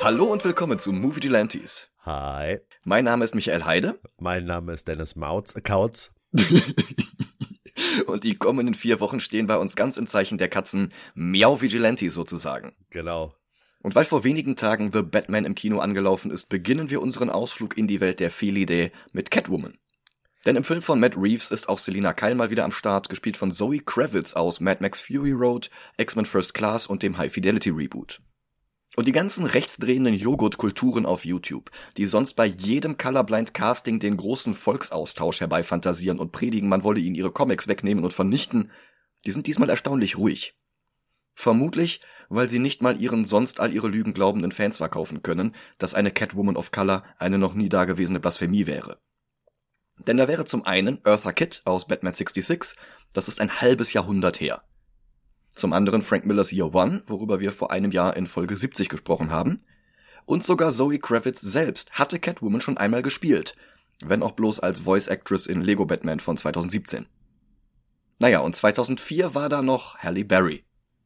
Hallo und willkommen zu Movie Gelantes. Hi. Mein Name ist Michael Heide. Mein Name ist Dennis Kautz. Und die kommenden 4 Wochen stehen bei uns ganz im Zeichen der Katzen Miau Vigilantes sozusagen. Genau. Und weil vor wenigen Tagen The Batman im Kino angelaufen ist, beginnen wir unseren Ausflug in die Welt der Felidae mit Catwoman. Denn im Film von Matt Reeves ist auch Selina Kyle mal wieder am Start, gespielt von Zoe Kravitz aus Mad Max Fury Road, X-Men First Class und dem High Fidelity Reboot. Und die ganzen rechtsdrehenden Joghurt-Kulturen auf YouTube, die sonst bei jedem Colorblind-Casting den großen Volksaustausch herbeifantasieren und predigen, man wolle ihnen ihre Comics wegnehmen und vernichten, die sind diesmal erstaunlich ruhig. Vermutlich, weil sie nicht mal ihren sonst all ihre Lügen glaubenden Fans verkaufen können, dass eine Catwoman of Color eine noch nie dagewesene Blasphemie wäre. Denn da wäre zum einen Eartha Kitt aus Batman 66, das ist ein halbes Jahrhundert her. Zum anderen Frank Millers Year One, worüber wir vor einem Jahr in Folge 70 gesprochen haben. Und sogar Zoe Kravitz selbst hatte Catwoman schon einmal gespielt, wenn auch bloß als Voice Actress in Lego Batman von 2017. Naja, und 2004 war da noch Halle Berry.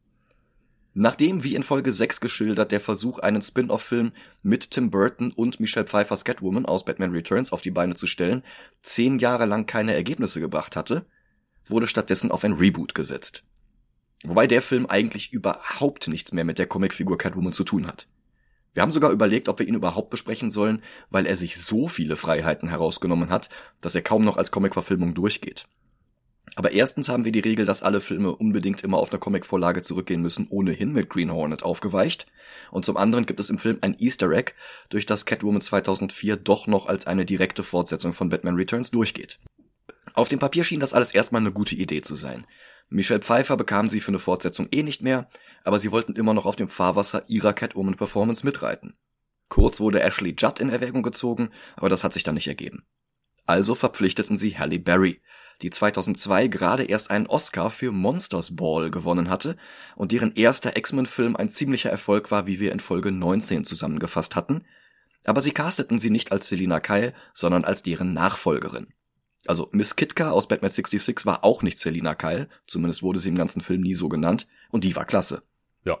Nachdem, wie in Folge 6 geschildert, der Versuch, einen Spin-off-Film mit Tim Burton und Michelle Pfeiffers Catwoman aus Batman Returns auf die Beine zu stellen, 10 Jahre lang keine Ergebnisse gebracht hatte, wurde stattdessen auf ein Reboot gesetzt. Wobei der Film eigentlich überhaupt nichts mehr mit der Comicfigur Catwoman zu tun hat. Wir haben sogar überlegt, ob wir ihn überhaupt besprechen sollen, weil er sich so viele Freiheiten herausgenommen hat, dass er kaum noch als Comicverfilmung durchgeht. Aber erstens haben wir die Regel, dass alle Filme unbedingt immer auf eine Comicvorlage zurückgehen müssen, ohnehin mit Green Hornet aufgeweicht. Und zum anderen gibt es im Film ein Easter Egg, durch das Catwoman 2004 doch noch als eine direkte Fortsetzung von Batman Returns durchgeht. Auf dem Papier schien das alles erstmal eine gute Idee zu sein. Michelle Pfeiffer bekamen sie für eine Fortsetzung nicht mehr, aber sie wollten immer noch auf dem Fahrwasser ihrer Catwoman-Performance mitreiten. Kurz wurde Ashley Judd in Erwägung gezogen, aber das hat sich dann nicht ergeben. Also verpflichteten sie Halle Berry, die 2002 gerade erst einen Oscar für Monsters Ball gewonnen hatte und deren erster X-Men-Film ein ziemlicher Erfolg war, wie wir in Folge 19 zusammengefasst hatten, aber sie casteten sie nicht als Selina Kyle, sondern als deren Nachfolgerin. Also Miss Kitka aus Batman 66 war auch nicht Selina Kyle, zumindest wurde sie im ganzen Film nie so genannt, und die war klasse. Ja.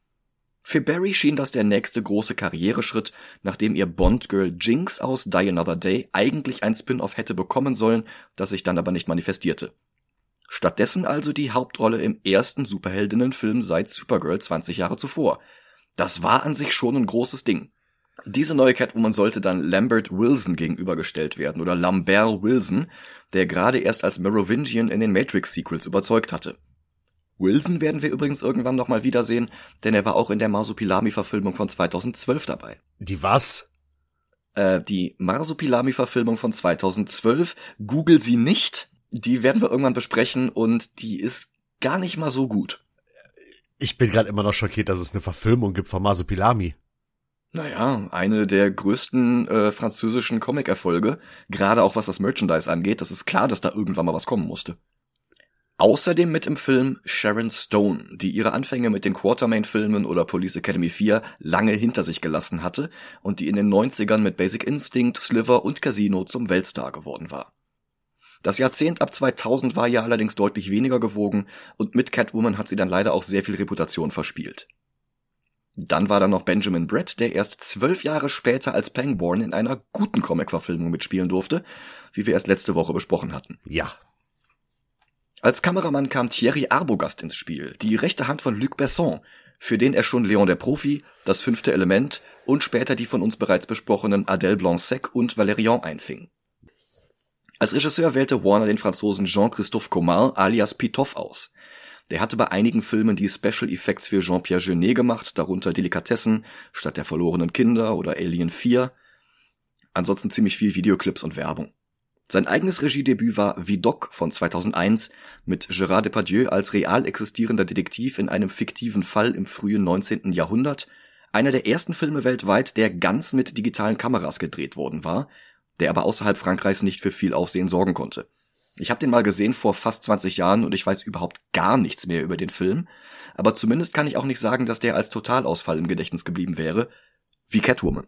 Für Barry schien das der nächste große Karriereschritt, nachdem ihr Bond-Girl Jinx aus Die Another Day eigentlich ein Spin-off hätte bekommen sollen, das sich dann aber nicht manifestierte. Stattdessen also die Hauptrolle im ersten Superheldinnenfilm seit Supergirl 20 Jahre zuvor. Das war an sich schon ein großes Ding. Diese neue Catwoman sollte dann Lambert Wilson gegenübergestellt werden, oder Lambert Wilson, der gerade erst als Merovingian in den Matrix-Sequels überzeugt hatte. Wilson werden wir übrigens irgendwann nochmal wiedersehen, denn er war auch in der Marsupilami-Verfilmung von 2012 dabei. Die was? Die Marsupilami-Verfilmung von 2012, google sie nicht, die werden wir irgendwann besprechen und die ist gar nicht mal so gut. Ich bin gerade immer noch schockiert, dass es eine Verfilmung gibt von Marsupilami. Naja, eine der größten französischen Comic-Erfolge, gerade auch was das Merchandise angeht, das ist klar, dass da irgendwann mal was kommen musste. Außerdem mit im Film Sharon Stone, die ihre Anfänge mit den Quatermain-Filmen oder Police Academy 4 lange hinter sich gelassen hatte und die in den 90ern mit Basic Instinct, Sliver und Casino zum Weltstar geworden war. Das Jahrzehnt ab 2000 war ja allerdings deutlich weniger gewogen und mit Catwoman hat sie dann leider auch sehr viel Reputation verspielt. Dann war da noch Benjamin Bratt, der erst 12 Jahre später als Pangborn in einer guten Comic-Verfilmung mitspielen durfte, wie wir erst letzte Woche besprochen hatten. Ja. Als Kameramann kam Thierry Arbogast ins Spiel, die rechte Hand von Luc Besson, für den er schon Leon der Profi, Das 5. Element und später die von uns bereits besprochenen Adèle Blanc-Sec und Valérian einfing. Als Regisseur wählte Warner den Franzosen Jean-Christophe Comar alias Pitoff aus. Der hatte bei einigen Filmen die Special Effects für Jean-Pierre Jeunet gemacht, darunter Delikatessen, Stadt der verlorenen Kinder oder Alien 4. Ansonsten ziemlich viel Videoclips und Werbung. Sein eigenes Regiedebüt war Vidocq von 2001 mit Gérard Depardieu als real existierender Detektiv in einem fiktiven Fall im frühen 19. Jahrhundert, einer der ersten Filme weltweit, der ganz mit digitalen Kameras gedreht worden war, der aber außerhalb Frankreichs nicht für viel Aufsehen sorgen konnte. Ich habe den mal gesehen vor fast 20 Jahren und ich weiß überhaupt gar nichts mehr über den Film, aber zumindest kann ich auch nicht sagen, dass der als Totalausfall im Gedächtnis geblieben wäre, wie Catwoman.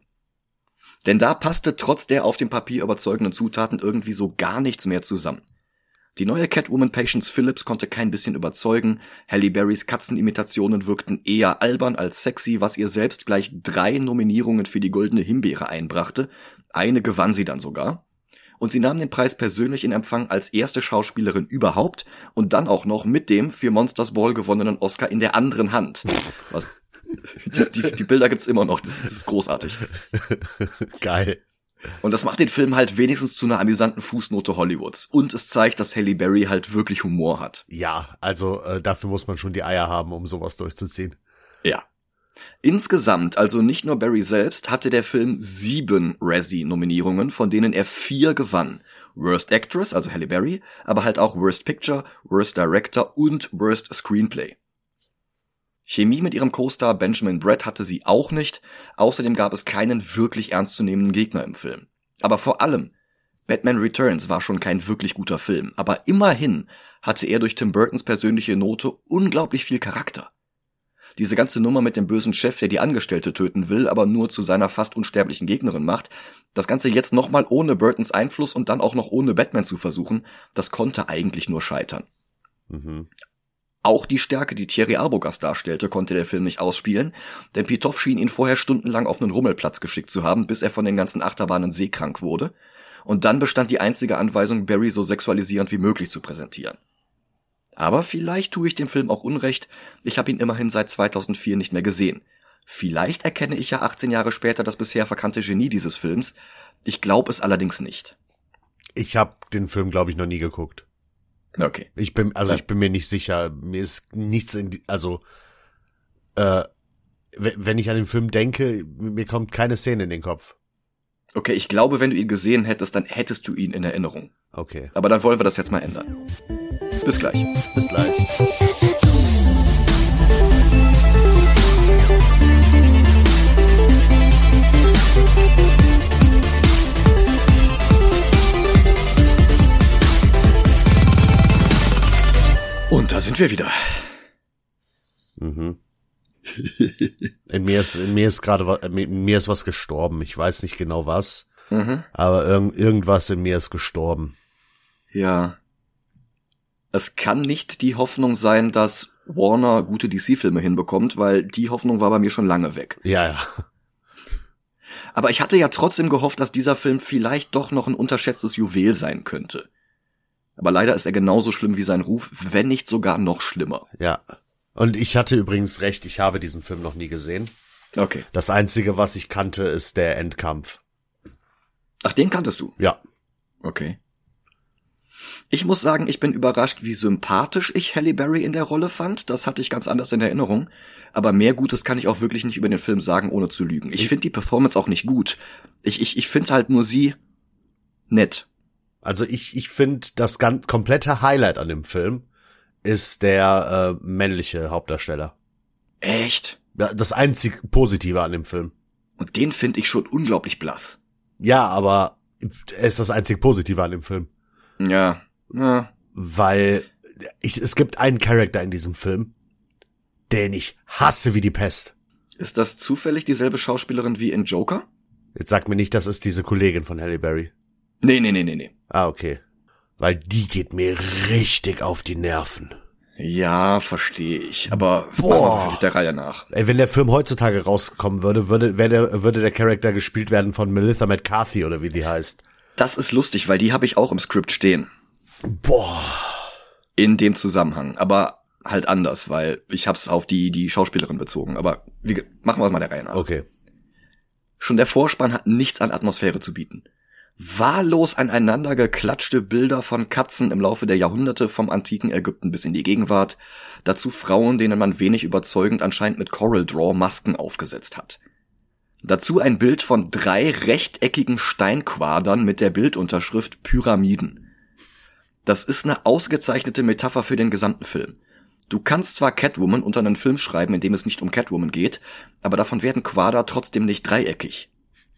Denn da passte trotz der auf dem Papier überzeugenden Zutaten irgendwie so gar nichts mehr zusammen. Die neue Catwoman Patience Phillips konnte kein bisschen überzeugen, Halle Berrys Katzenimitationen wirkten eher albern als sexy, was ihr selbst gleich 3 Nominierungen für die Goldene Himbeere einbrachte, eine gewann sie dann sogar. Und sie nahm den Preis persönlich in Empfang als erste Schauspielerin überhaupt und dann auch noch mit dem für Monsters Ball gewonnenen Oscar in der anderen Hand. Was, die Bilder gibt's immer noch, das ist großartig. Geil. Und das macht den Film halt wenigstens zu einer amüsanten Fußnote Hollywoods. Und es zeigt, dass Halle Berry halt wirklich Humor hat. Ja, also dafür muss man schon die Eier haben, um sowas durchzuziehen. Ja. Insgesamt, also nicht nur Berry selbst, hatte der Film 7 Razzie-Nominierungen, von denen er 4 gewann. Worst Actress, also Halle Berry, aber halt auch Worst Picture, Worst Director und Worst Screenplay. Chemie mit ihrem Co-Star Benjamin Bratt hatte sie auch nicht, außerdem gab es keinen wirklich ernstzunehmenden Gegner im Film. Aber vor allem, Batman Returns war schon kein wirklich guter Film, aber immerhin hatte er durch Tim Burtons persönliche Note unglaublich viel Charakter. Diese ganze Nummer mit dem bösen Chef, der die Angestellte töten will, aber nur zu seiner fast unsterblichen Gegnerin macht, das Ganze jetzt nochmal ohne Burtons Einfluss und dann auch noch ohne Batman zu versuchen, das konnte eigentlich nur scheitern. Auch die Stärke, die Thierry Arbogast darstellte, konnte der Film nicht ausspielen, denn Pitoff schien ihn vorher stundenlang auf einen Rummelplatz geschickt zu haben, bis er von den ganzen Achterbahnen seekrank wurde. Und dann bestand die einzige Anweisung, Barry so sexualisierend wie möglich zu präsentieren. Aber vielleicht tue ich dem Film auch Unrecht, ich habe ihn immerhin seit 2004 nicht mehr gesehen. Vielleicht erkenne ich ja 18 Jahre später das bisher verkannte Genie dieses Films, ich glaube es allerdings nicht. Ich habe den Film, glaube ich, noch nie geguckt. Okay. Ich bin mir nicht sicher. Mir ist nichts wenn ich an den Film denke, mir kommt keine Szene in den Kopf. Okay, ich glaube, wenn du ihn gesehen hättest, dann hättest du ihn in Erinnerung. Okay. Aber dann wollen wir das jetzt mal ändern. Bis gleich. Bis gleich. Und da sind wir wieder. In mir ist was gestorben. Ich weiß nicht genau was. Aber irgendwas in mir ist gestorben. Ja. Es kann nicht die Hoffnung sein, dass Warner gute DC-Filme hinbekommt, weil die Hoffnung war bei mir schon lange weg. Ja. Aber ich hatte ja trotzdem gehofft, dass dieser Film vielleicht doch noch ein unterschätztes Juwel sein könnte. Aber leider ist er genauso schlimm wie sein Ruf, wenn nicht sogar noch schlimmer. Ja. Und ich hatte übrigens recht, ich habe diesen Film noch nie gesehen. Okay. Das Einzige, was ich kannte, ist der Endkampf. Ach, den kanntest du? Ja. Okay. Ich muss sagen, ich bin überrascht, wie sympathisch ich Halle Berry in der Rolle fand. Das hatte ich ganz anders in Erinnerung. Aber mehr Gutes kann ich auch wirklich nicht über den Film sagen, ohne zu lügen. Ich finde die Performance auch nicht gut. Ich finde halt nur sie nett. Also ich finde, das komplette Highlight an dem Film ist der männliche Hauptdarsteller. Echt? Ja, das einzig Positive an dem Film. Und den finde ich schon unglaublich blass. Ja, aber er ist das einzig Positive an dem Film. Ja. Weil es gibt einen Charakter in diesem Film, den ich hasse wie die Pest. Ist das zufällig dieselbe Schauspielerin wie in Joker? Jetzt sag mir nicht, das ist diese Kollegin von Halle Berry. Nee. Ah, okay. Weil die geht mir richtig auf die Nerven. Ja, verstehe ich. Aber machen wir vielleicht der Reihe nach. Ey, wenn der Film heutzutage rauskommen würde der Charakter gespielt werden von Melissa McCarthy oder wie die heißt. Das ist lustig, weil die habe ich auch im Skript stehen. Boah. In dem Zusammenhang. Aber halt anders, weil ich hab's auf die Schauspielerin bezogen. Aber machen wir es mal der Reihe nach. Okay. Schon der Vorspann hat nichts an Atmosphäre zu bieten. Wahllos aneinander geklatschte Bilder von Katzen im Laufe der Jahrhunderte vom antiken Ägypten bis in die Gegenwart, dazu Frauen, denen man wenig überzeugend anscheinend mit Coral Draw Masken aufgesetzt hat. Dazu ein Bild von 3 rechteckigen Steinquadern mit der Bildunterschrift Pyramiden. Das ist eine ausgezeichnete Metapher für den gesamten Film. Du kannst zwar Catwoman unter einen Film schreiben, in dem es nicht um Catwoman geht, aber davon werden Quader trotzdem nicht dreieckig.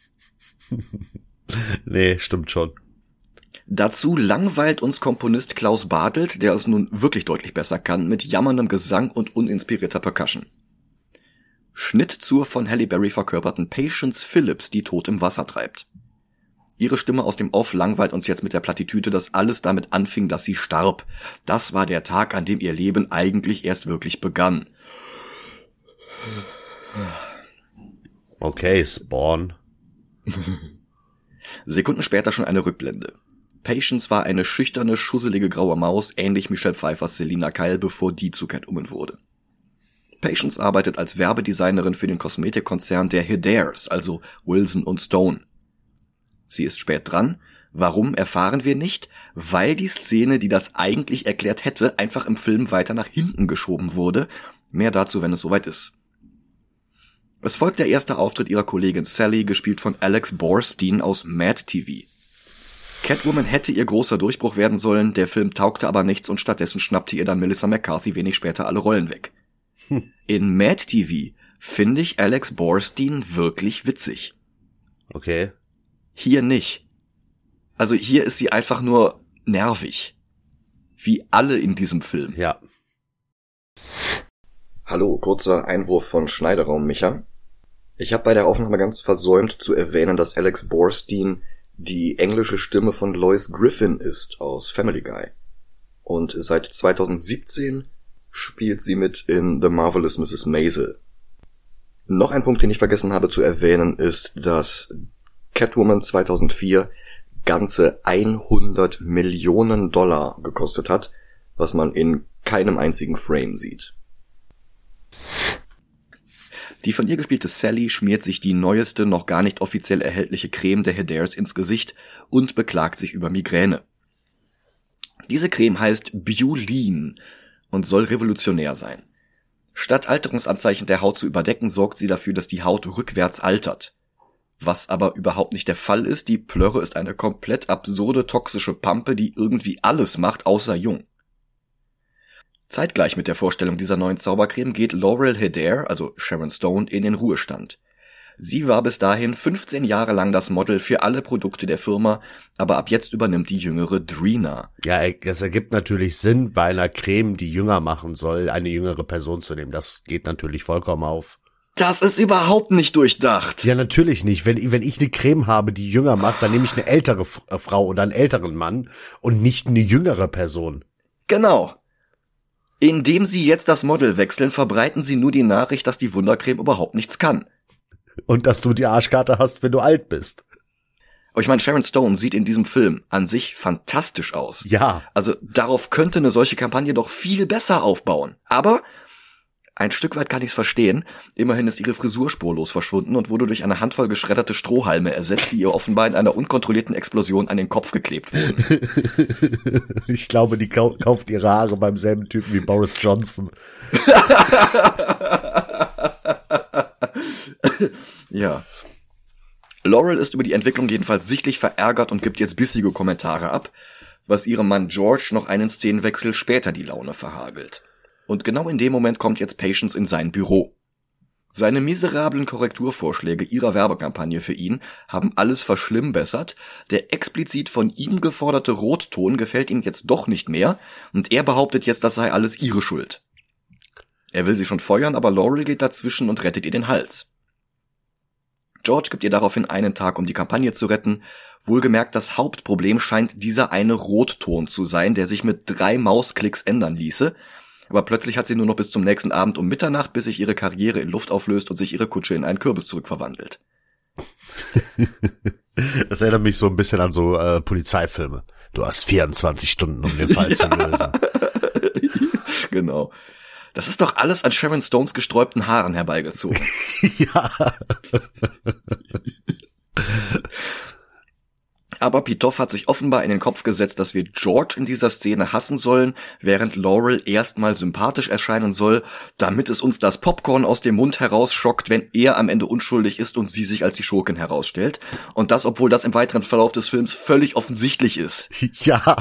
Nee, stimmt schon. Dazu langweilt uns Komponist Klaus Badelt, der es nun wirklich deutlich besser kann, mit jammerndem Gesang und uninspirierter Percussion. Schnitt zur von Halle Berry verkörperten Patience Phillips, die tot im Wasser treibt. Ihre Stimme aus dem Off langweilt uns jetzt mit der Plattitüde, dass alles damit anfing, dass sie starb. Das war der Tag, an dem ihr Leben eigentlich erst wirklich begann. Okay, Spawn. Sekunden später schon eine Rückblende. Patience war eine schüchterne, schusselige graue Maus, ähnlich Michelle Pfeiffers Selina Kyle, bevor die zu Catwoman wurde. Patience arbeitet als Werbedesignerin für den Kosmetikkonzern der Hedairs, also Wilson und Stone. Sie ist spät dran. Warum, erfahren wir nicht, weil die Szene, die das eigentlich erklärt hätte, einfach im Film weiter nach hinten geschoben wurde. Mehr dazu, wenn es soweit ist. Es folgt der erste Auftritt ihrer Kollegin Sally, gespielt von Alex Borstein aus Mad TV. Catwoman hätte ihr großer Durchbruch werden sollen, der Film taugte aber nichts und stattdessen schnappte ihr dann Melissa McCarthy wenig später alle Rollen weg. In Mad TV finde ich Alex Borstein wirklich witzig. Okay. Hier nicht. Also hier ist sie einfach nur nervig. Wie alle in diesem Film. Ja. Hallo, kurzer Einwurf von Schneideraum Micha. Ich habe bei der Aufnahme ganz versäumt zu erwähnen, dass Alex Borstein die englische Stimme von Lois Griffin ist aus Family Guy. Und seit 2017 spielt sie mit in The Marvelous Mrs. Maisel. Noch ein Punkt, den ich vergessen habe zu erwähnen, ist, dass Catwoman 2004 ganze 100 Millionen Dollar gekostet hat, was man in keinem einzigen Frame sieht. Die von ihr gespielte Sally schmiert sich die neueste, noch gar nicht offiziell erhältliche Creme der Hedairs ins Gesicht und beklagt sich über Migräne. Diese Creme heißt Bioline und soll revolutionär sein. Statt Alterungsanzeichen der Haut zu überdecken, sorgt sie dafür, dass die Haut rückwärts altert. Was aber überhaupt nicht der Fall ist, die Plörre ist eine komplett absurde, toxische Pampe, die irgendwie alles macht, außer jung. Zeitgleich mit der Vorstellung dieser neuen Zaubercreme geht Laurel Hedair, also Sharon Stone, in den Ruhestand. Sie war bis dahin 15 Jahre lang das Model für alle Produkte der Firma, aber ab jetzt übernimmt die jüngere Drina. Ja, das ergibt natürlich Sinn, bei einer Creme, die jünger machen soll, eine jüngere Person zu nehmen. Das geht natürlich vollkommen auf. Das ist überhaupt nicht durchdacht. Ja, natürlich nicht. Wenn ich eine Creme habe, die jünger macht, dann nehme ich eine ältere Frau oder einen älteren Mann und nicht eine jüngere Person. Genau. Indem sie jetzt das Model wechseln, verbreiten sie nur die Nachricht, dass die Wundercreme überhaupt nichts kann. Und dass du die Arschkarte hast, wenn du alt bist. Aber ich meine, Sharon Stone sieht in diesem Film an sich fantastisch aus. Ja. Also darauf könnte eine solche Kampagne doch viel besser aufbauen. Aber ein Stück weit kann ich's verstehen. Immerhin ist ihre Frisur spurlos verschwunden und wurde durch eine Handvoll geschredderte Strohhalme ersetzt, die ihr offenbar in einer unkontrollierten Explosion an den Kopf geklebt wurden. Ich glaube, die kauft ihre Haare beim selben Typen wie Boris Johnson. Ja. Laurel ist über die Entwicklung jedenfalls sichtlich verärgert und gibt jetzt bissige Kommentare ab, was ihrem Mann George noch einen Szenenwechsel später die Laune verhagelt. Und genau in dem Moment kommt jetzt Patience in sein Büro. Seine miserablen Korrekturvorschläge ihrer Werbekampagne für ihn haben alles verschlimmbessert, der explizit von ihm geforderte Rotton gefällt ihm jetzt doch nicht mehr und er behauptet jetzt, das sei alles ihre Schuld. Er will sie schon feuern, aber Laurel geht dazwischen und rettet ihr den Hals. George gibt ihr daraufhin einen Tag, um die Kampagne zu retten. Wohlgemerkt, das Hauptproblem scheint dieser eine Rotton zu sein, der sich mit 3 Mausklicks ändern ließe. Aber plötzlich hat sie nur noch bis zum nächsten Abend um Mitternacht, bis sich ihre Karriere in Luft auflöst und sich ihre Kutsche in einen Kürbis zurückverwandelt. Das erinnert mich so ein bisschen an so Polizeifilme. Du hast 24 Stunden, um den Fall zu lösen. Genau. Das ist doch alles an Sharon Stones gesträubten Haaren herbeigezogen. Ja. Aber Pitoff hat sich offenbar in den Kopf gesetzt, dass wir George in dieser Szene hassen sollen, während Laurel erstmal sympathisch erscheinen soll, damit es uns das Popcorn aus dem Mund herausschockt, wenn er am Ende unschuldig ist und sie sich als die Schurkin herausstellt. Und das, obwohl das im weiteren Verlauf des Films völlig offensichtlich ist. Ja.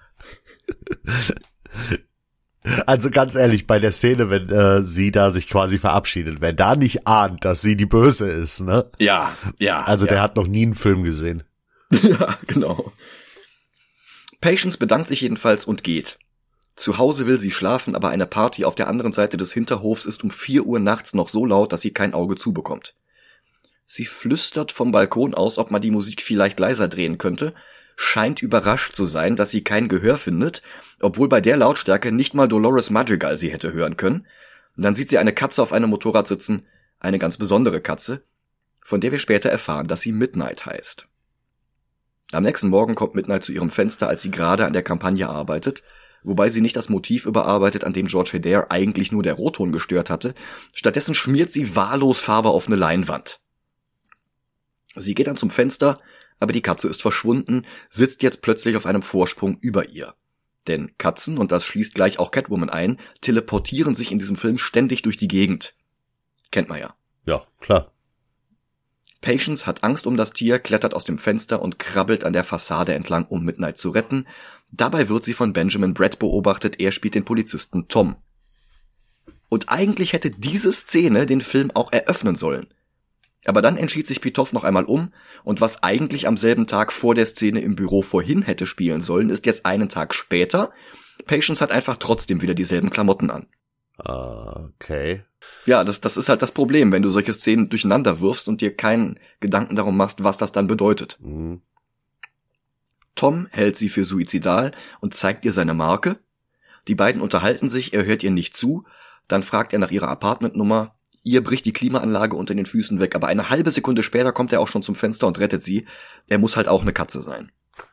Also ganz ehrlich, bei der Szene, wenn sie da sich quasi verabschiedet, wer da nicht ahnt, dass sie die Böse ist, ne? Ja. Also der hat noch nie einen Film gesehen. Ja, genau. Patience bedankt sich jedenfalls und geht. Zu Hause will sie schlafen, aber eine Party auf der anderen Seite des Hinterhofs ist um 4 Uhr nachts noch so laut, dass sie kein Auge zubekommt. Sie flüstert vom Balkon aus, ob man die Musik vielleicht leiser drehen könnte, scheint überrascht zu sein, dass sie kein Gehör findet, obwohl bei der Lautstärke nicht mal Dolores Madrigal sie hätte hören können. Und dann sieht sie eine Katze auf einem Motorrad sitzen, eine ganz besondere Katze, von der wir später erfahren, dass sie Midnight heißt. Am nächsten Morgen kommt Midnight zu ihrem Fenster, als sie gerade an der Kampagne arbeitet, wobei sie nicht das Motiv überarbeitet, an dem George Hedare eigentlich nur der Rotton gestört hatte. Stattdessen schmiert sie wahllos Farbe auf eine Leinwand. Sie geht dann zum Fenster, aber die Katze ist verschwunden, sitzt jetzt plötzlich auf einem Vorsprung über ihr. Denn Katzen, und das schließt gleich auch Catwoman ein, teleportieren sich in diesem Film ständig durch die Gegend. Kennt man ja. Ja, klar. Patience hat Angst um das Tier, klettert aus dem Fenster und krabbelt an der Fassade entlang, um Midnight zu retten. Dabei wird sie von Benjamin Bratt beobachtet, er spielt den Polizisten Tom. Und eigentlich hätte diese Szene den Film auch eröffnen sollen. Aber dann entschied sich Pitoff noch einmal um, und was eigentlich am selben Tag vor der Szene im Büro vorhin hätte spielen sollen, ist jetzt einen Tag später. Patience hat einfach trotzdem wieder dieselben Klamotten an. Okay. Ja, das ist halt das Problem, wenn du solche Szenen durcheinander wirfst und dir keinen Gedanken darum machst, was das dann bedeutet. Mhm. Tom hält sie für suizidal und zeigt ihr seine Marke. Die beiden unterhalten sich, er hört ihr nicht zu. Dann fragt er nach ihrer Apartmentnummer. Ihr bricht die Klimaanlage unter den Füßen weg, aber eine halbe Sekunde später kommt er auch schon zum Fenster und rettet sie. Er muss halt auch eine Katze sein.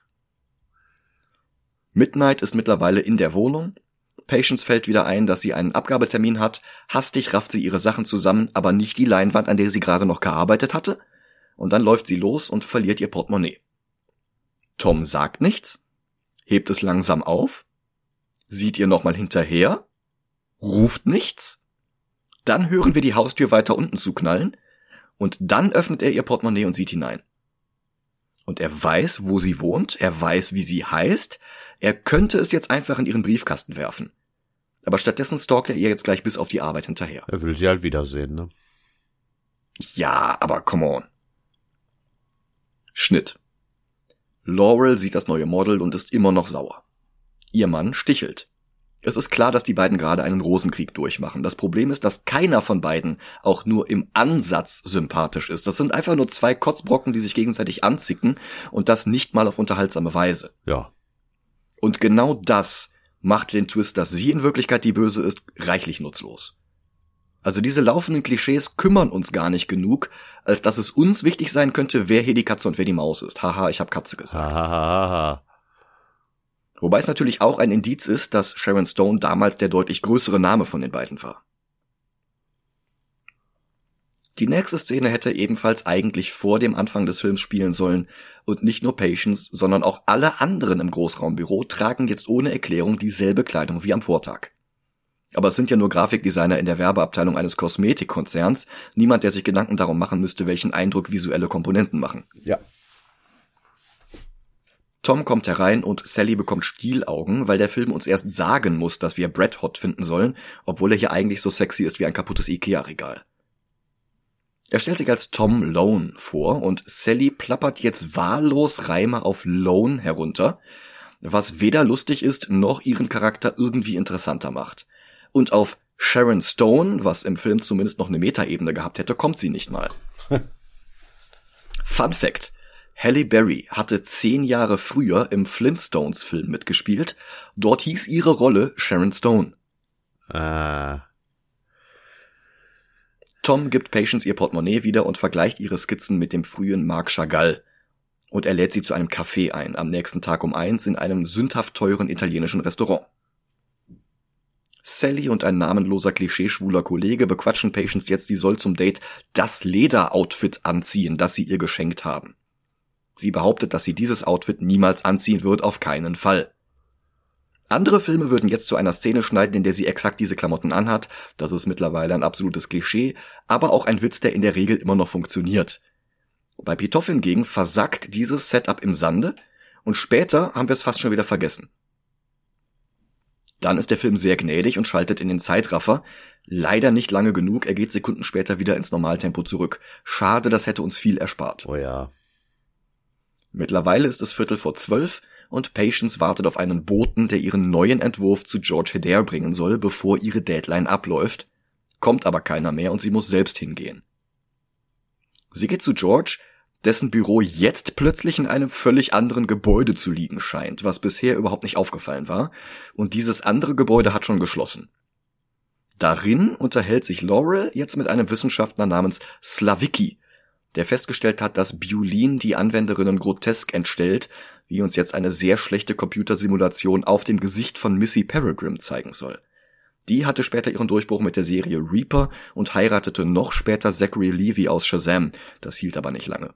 Midnight ist mittlerweile in der Wohnung. Patience fällt wieder ein, dass sie einen Abgabetermin hat. Hastig rafft sie ihre Sachen zusammen, aber nicht die Leinwand, an der sie gerade noch gearbeitet hatte. Und dann läuft sie los und verliert ihr Portemonnaie. Tom sagt nichts, hebt es langsam auf, sieht ihr nochmal hinterher, ruft nichts. Dann hören wir die Haustür weiter unten zuknallen und dann öffnet er ihr Portemonnaie und sieht hinein. Und er weiß, wo sie wohnt, er weiß, wie sie heißt, er könnte es jetzt einfach in ihren Briefkasten werfen. Aber stattdessen stalkt er ihr jetzt gleich bis auf die Arbeit hinterher. Er will sie halt wiedersehen, ne? Ja, aber come on. Schnitt. Laurel sieht das neue Model und ist immer noch sauer. Ihr Mann stichelt. Es ist klar, dass die beiden gerade einen Rosenkrieg durchmachen. Das Problem ist, dass keiner von beiden auch nur im Ansatz sympathisch ist. Das sind einfach nur zwei Kotzbrocken, die sich gegenseitig anzicken und das nicht mal auf unterhaltsame Weise. Ja. Und genau das macht den Twist, dass sie in Wirklichkeit die Böse ist, reichlich nutzlos. Also diese laufenden Klischees kümmern uns gar nicht genug, als dass es uns wichtig sein könnte, wer hier die Katze und wer die Maus ist. Haha, ich habe Katze gesagt. Hahaha. Wobei es natürlich auch ein Indiz ist, dass Sharon Stone damals der deutlich größere Name von den beiden war. Die nächste Szene hätte ebenfalls eigentlich vor dem Anfang des Films spielen sollen und nicht nur Patience, sondern auch alle anderen im Großraumbüro tragen jetzt ohne Erklärung dieselbe Kleidung wie am Vortag. Aber es sind ja nur Grafikdesigner in der Werbeabteilung eines Kosmetikkonzerns, niemand, der sich Gedanken darum machen müsste, welchen Eindruck visuelle Komponenten machen. Ja. Tom kommt herein und Sally bekommt Stielaugen, weil der Film uns erst sagen muss, dass wir Brad hot finden sollen, obwohl er hier eigentlich so sexy ist wie ein kaputtes Ikea-Regal. Er stellt sich als Tom Lone vor und Sally plappert jetzt wahllos Reime auf Lone herunter, was weder lustig ist, noch ihren Charakter irgendwie interessanter macht. Und auf Sharon Stone, was im Film zumindest noch eine Metaebene gehabt hätte, kommt sie nicht mal. Fun Fact: Halle Berry hatte 10 Jahre früher im Flintstones-Film mitgespielt. Dort hieß ihre Rolle Sharon Stone. Tom gibt Patience ihr Portemonnaie wieder und vergleicht ihre Skizzen mit dem frühen Marc Chagall. Und er lädt sie zu einem Café ein, am nächsten Tag um 1 in einem sündhaft teuren italienischen Restaurant. Sally und ein namenloser klischeeschwuler Kollege bequatschen Patience jetzt, sie soll zum Date das Lederoutfit anziehen, das sie ihr geschenkt haben. Sie behauptet, dass sie dieses Outfit niemals anziehen wird, auf keinen Fall. Andere Filme würden jetzt zu einer Szene schneiden, in der sie exakt diese Klamotten anhat. Das ist mittlerweile ein absolutes Klischee, aber auch ein Witz, der in der Regel immer noch funktioniert. Bei Pitoff hingegen versackt dieses Setup im Sande und später haben wir es fast schon wieder vergessen. Dann ist der Film sehr gnädig und schaltet in den Zeitraffer. Leider nicht lange genug, er geht Sekunden später wieder ins Normaltempo zurück. Schade, das hätte uns viel erspart. Oh ja. Mittlerweile ist es 11:45 und Patience wartet auf einen Boten, der ihren neuen Entwurf zu George Hedare bringen soll, bevor ihre Deadline abläuft. Kommt aber keiner mehr und sie muss selbst hingehen. Sie geht zu George, dessen Büro jetzt plötzlich in einem völlig anderen Gebäude zu liegen scheint, was bisher überhaupt nicht aufgefallen war, und dieses andere Gebäude hat schon geschlossen. Darin unterhält sich Laurel jetzt mit einem Wissenschaftler namens Slavicki, der festgestellt hat, dass Biolin die Anwenderinnen grotesk entstellt, wie uns jetzt eine sehr schlechte Computersimulation auf dem Gesicht von Missy Peregrine zeigen soll. Die hatte später ihren Durchbruch mit der Serie Reaper und heiratete noch später Zachary Levi aus Shazam, das hielt aber nicht lange.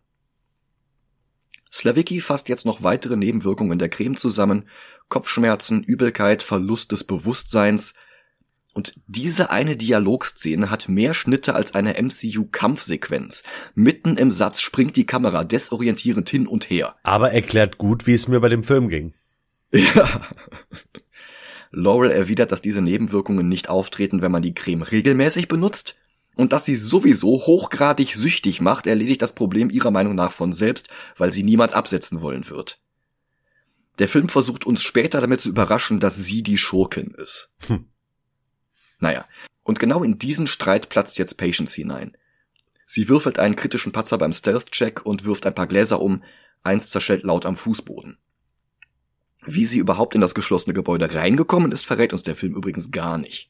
Slavicki fasst jetzt noch weitere Nebenwirkungen der Creme zusammen, Kopfschmerzen, Übelkeit, Verlust des Bewusstseins. Und diese eine Dialogszene hat mehr Schnitte als eine MCU-Kampfsequenz. Mitten im Satz springt die Kamera desorientierend hin und her. Aber erklärt gut, wie es mir bei dem Film ging. Ja. Laurel erwidert, dass diese Nebenwirkungen nicht auftreten, wenn man die Creme regelmäßig benutzt. Und dass sie sowieso hochgradig süchtig macht, erledigt das Problem ihrer Meinung nach von selbst, weil sie niemand absetzen wollen wird. Der Film versucht uns später damit zu überraschen, dass sie die Schurkin ist. Naja, und genau in diesen Streit platzt jetzt Patience hinein. Sie würfelt einen kritischen Patzer beim Stealth-Check und wirft ein paar Gläser um, eins zerschellt laut am Fußboden. Wie sie überhaupt in das geschlossene Gebäude reingekommen ist, verrät uns der Film übrigens gar nicht.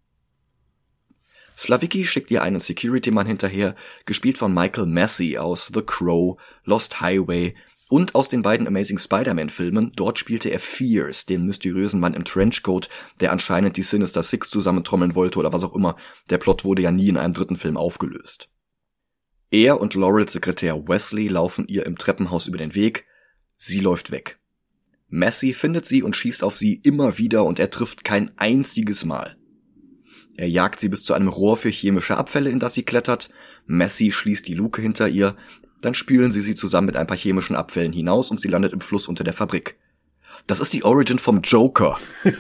Slavicki schickt ihr einen Security-Mann hinterher, gespielt von Michael Massey aus The Crow, Lost Highway und aus den beiden Amazing Spider-Man-Filmen. Dort spielte er Fierce, den mysteriösen Mann im Trenchcoat, der anscheinend die Sinister Six zusammentrommeln wollte oder was auch immer. Der Plot wurde ja nie in einem dritten Film aufgelöst. Er und Laurels Sekretär Wesley laufen ihr im Treppenhaus über den Weg. Sie läuft weg. Massey findet sie und schießt auf sie immer wieder und er trifft kein einziges Mal. Er jagt sie bis zu einem Rohr für chemische Abfälle, in das sie klettert. Massey schließt die Luke hinter ihr. Dann spülen sie zusammen mit ein paar chemischen Abfällen hinaus und sie landet im Fluss unter der Fabrik. Das ist die Origin vom Joker.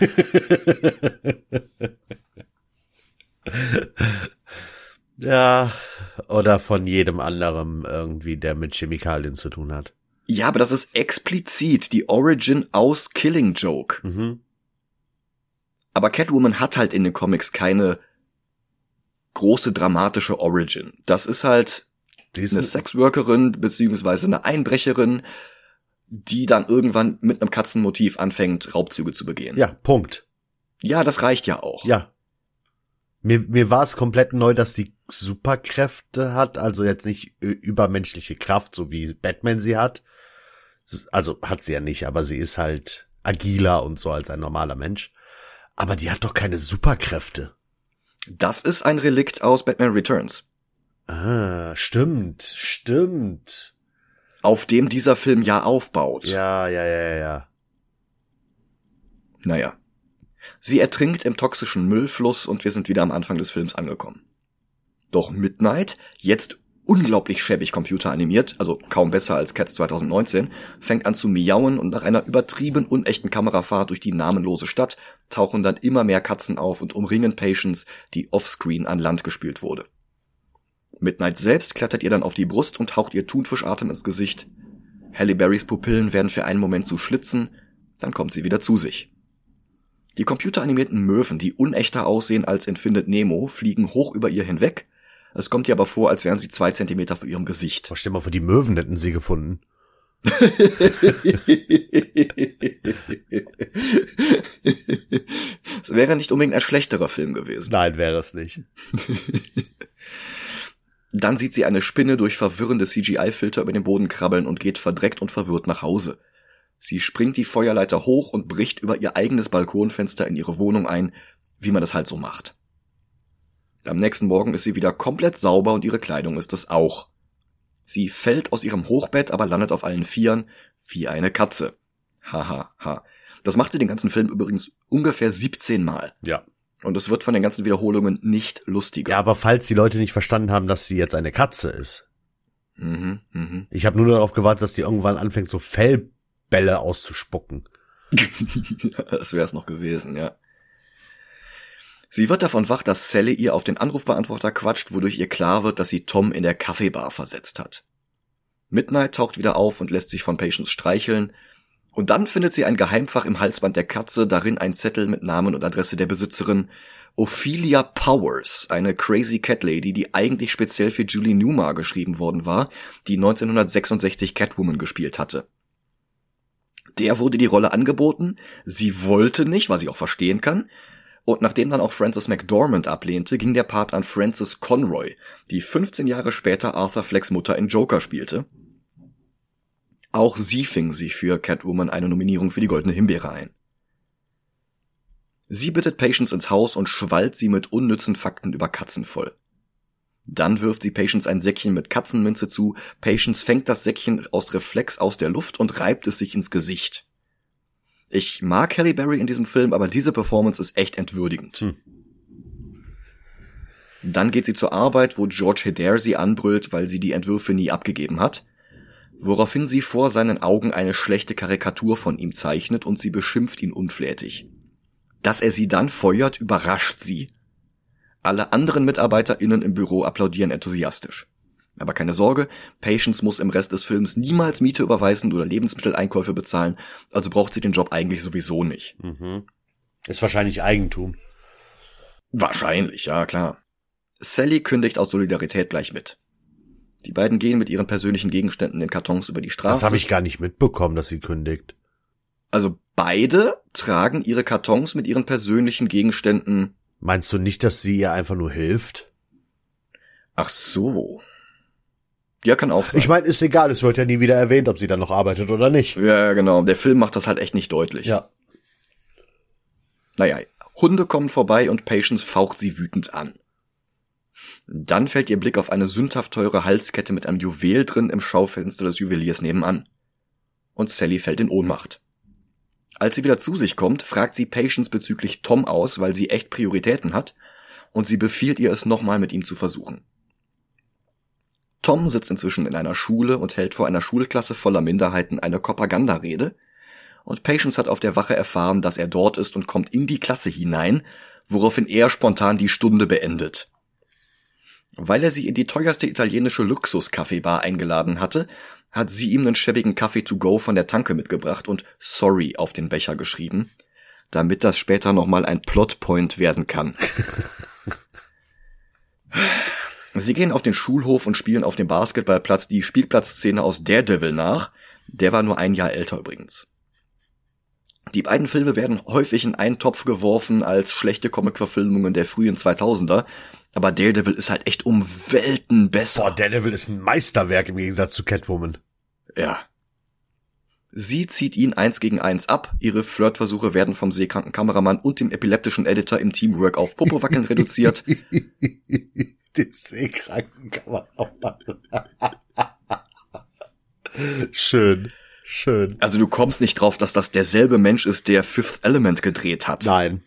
Ja, oder von jedem anderen irgendwie, der mit Chemikalien zu tun hat. Ja, aber das ist explizit die Origin aus Killing Joke. Mhm. Aber Catwoman hat halt in den Comics keine große dramatische Origin. Das ist halt eine Sexworkerin beziehungsweise eine Einbrecherin, die dann irgendwann mit einem Katzenmotiv anfängt, Raubzüge zu begehen. Ja, Punkt. Ja, das reicht ja auch. Ja. Mir war es komplett neu, dass sie Superkräfte hat, also jetzt nicht übermenschliche Kraft, so wie Batman sie hat. Also hat sie ja nicht, aber sie ist halt agiler und so als ein normaler Mensch. Aber die hat doch keine Superkräfte. Das ist ein Relikt aus Batman Returns. Ah, stimmt. Auf dem dieser Film ja aufbaut. Ja. Naja. Sie ertrinkt im toxischen Müllfluss und wir sind wieder am Anfang des Films angekommen. Doch Midnight, jetzt unglaublich schäbig computeranimiert, also kaum besser als Cats 2019, fängt an zu miauen und nach einer übertrieben unechten Kamerafahrt durch die namenlose Stadt tauchen dann immer mehr Katzen auf und umringen Patience, die offscreen an Land gespült wurde. Midnight selbst klettert ihr dann auf die Brust und haucht ihr Thunfischatem ins Gesicht. Halle Berrys Pupillen werden für einen Moment zu Schlitzen, dann kommt sie wieder zu sich. Die computeranimierten Möwen, die unechter aussehen als in Findet Nemo, fliegen hoch über ihr hinweg. Es kommt ihr aber vor, als wären sie 2 Zentimeter vor ihrem Gesicht. Stell mal vor, die Möwen hätten sie gefunden. Es wäre nicht unbedingt ein schlechterer Film gewesen. Nein, wäre es nicht. Dann sieht sie eine Spinne durch verwirrende CGI-Filter über den Boden krabbeln und geht verdreckt und verwirrt nach Hause. Sie springt die Feuerleiter hoch und bricht über ihr eigenes Balkonfenster in ihre Wohnung ein, wie man das halt so macht. Am nächsten Morgen ist sie wieder komplett sauber und ihre Kleidung ist es auch. Sie fällt aus ihrem Hochbett, aber landet auf allen Vieren, wie eine Katze. Haha. Das macht sie den ganzen Film übrigens ungefähr 17 Mal. Ja. Und es wird von den ganzen Wiederholungen nicht lustiger. Ja, aber falls die Leute nicht verstanden haben, dass sie jetzt eine Katze ist. Ich habe nur darauf gewartet, dass die irgendwann anfängt, so Fellbälle auszuspucken. Das wäre es noch gewesen, ja. Sie wird davon wach, dass Sally ihr auf den Anrufbeantworter quatscht, wodurch ihr klar wird, dass sie Tom in der Kaffeebar versetzt hat. Midnight taucht wieder auf und lässt sich von Patience streicheln. Und dann findet sie ein Geheimfach im Halsband der Katze, darin ein Zettel mit Namen und Adresse der Besitzerin. Ophelia Powers, eine crazy Cat Lady, die eigentlich speziell für Julie Newmar geschrieben worden war, die 1966 Catwoman gespielt hatte. Der wurde die Rolle angeboten, sie wollte nicht, was ich auch verstehen kann, und nachdem dann auch Frances McDormand ablehnte, ging der Part an Frances Conroy, die 15 Jahre später Arthur Flecks Mutter in Joker spielte. Auch sie fing sich für Catwoman eine Nominierung für die Goldene Himbeere ein. Sie bittet Patience ins Haus und schwallt sie mit unnützen Fakten über Katzen voll. Dann wirft sie Patience ein Säckchen mit Katzenminze zu, Patience fängt das Säckchen aus Reflex aus der Luft und reibt es sich ins Gesicht. Ich mag Halle Berry in diesem Film, aber diese Performance ist echt entwürdigend. Dann geht sie zur Arbeit, wo George Hedare sie anbrüllt, weil sie die Entwürfe nie abgegeben hat, woraufhin sie vor seinen Augen eine schlechte Karikatur von ihm zeichnet und sie beschimpft ihn unflätig. Dass er sie dann feuert, überrascht sie. Alle anderen MitarbeiterInnen im Büro applaudieren enthusiastisch. Aber keine Sorge, Patience muss im Rest des Films niemals Miete überweisen oder Lebensmitteleinkäufe bezahlen, also braucht sie den Job eigentlich sowieso nicht. Ist wahrscheinlich Eigentum. Wahrscheinlich, ja klar. Sally kündigt aus Solidarität gleich mit. Die beiden gehen mit ihren persönlichen Gegenständen in Kartons über die Straße. Das habe ich gar nicht mitbekommen, dass sie kündigt. Also beide tragen ihre Kartons mit ihren persönlichen Gegenständen. Meinst du nicht, dass sie ihr einfach nur hilft? Ach so. Ja, kann auch sein. Ich meine, ist egal, es wird ja nie wieder erwähnt, ob sie dann noch arbeitet oder nicht. Ja, genau. Der Film macht das halt echt nicht deutlich. Ja. Naja, Hunde kommen vorbei und Patience faucht sie wütend an. Dann fällt ihr Blick auf eine sündhaft teure Halskette mit einem Juwel drin im Schaufenster des Juweliers nebenan. Und Sally fällt in Ohnmacht. Als sie wieder zu sich kommt, fragt sie Patience bezüglich Tom aus, weil sie echt Prioritäten hat, und sie befiehlt ihr es nochmal mit ihm zu versuchen. Tom sitzt inzwischen in einer Schule und hält vor einer Schulklasse voller Minderheiten eine Propagandarede, und Patience hat auf der Wache erfahren, dass er dort ist und kommt in die Klasse hinein, woraufhin er spontan die Stunde beendet. Weil er sie in die teuerste italienische Luxus-Kaffeebar eingeladen hatte, hat sie ihm einen schäbigen Kaffee to go von der Tanke mitgebracht und Sorry auf den Becher geschrieben, damit das später nochmal ein Plotpoint werden kann. Sie gehen auf den Schulhof und spielen auf dem Basketballplatz die Spielplatzszene aus Daredevil nach. Der war nur ein Jahr älter übrigens. Die beiden Filme werden häufig in einen Topf geworfen als schlechte Comic-Verfilmungen der frühen 2000er, aber Daredevil ist halt echt um Welten besser. Boah, Daredevil ist ein Meisterwerk im Gegensatz zu Catwoman. Ja. Sie zieht ihn 1 gegen 1 ab, ihre Flirtversuche werden vom seekranken Kameramann und dem epileptischen Editor im Teamwork auf Popowackeln reduziert. Dem seekranken Kameramann. Schön. Schön. Also du kommst nicht drauf, dass das derselbe Mensch ist, der Fifth Element gedreht hat. Nein.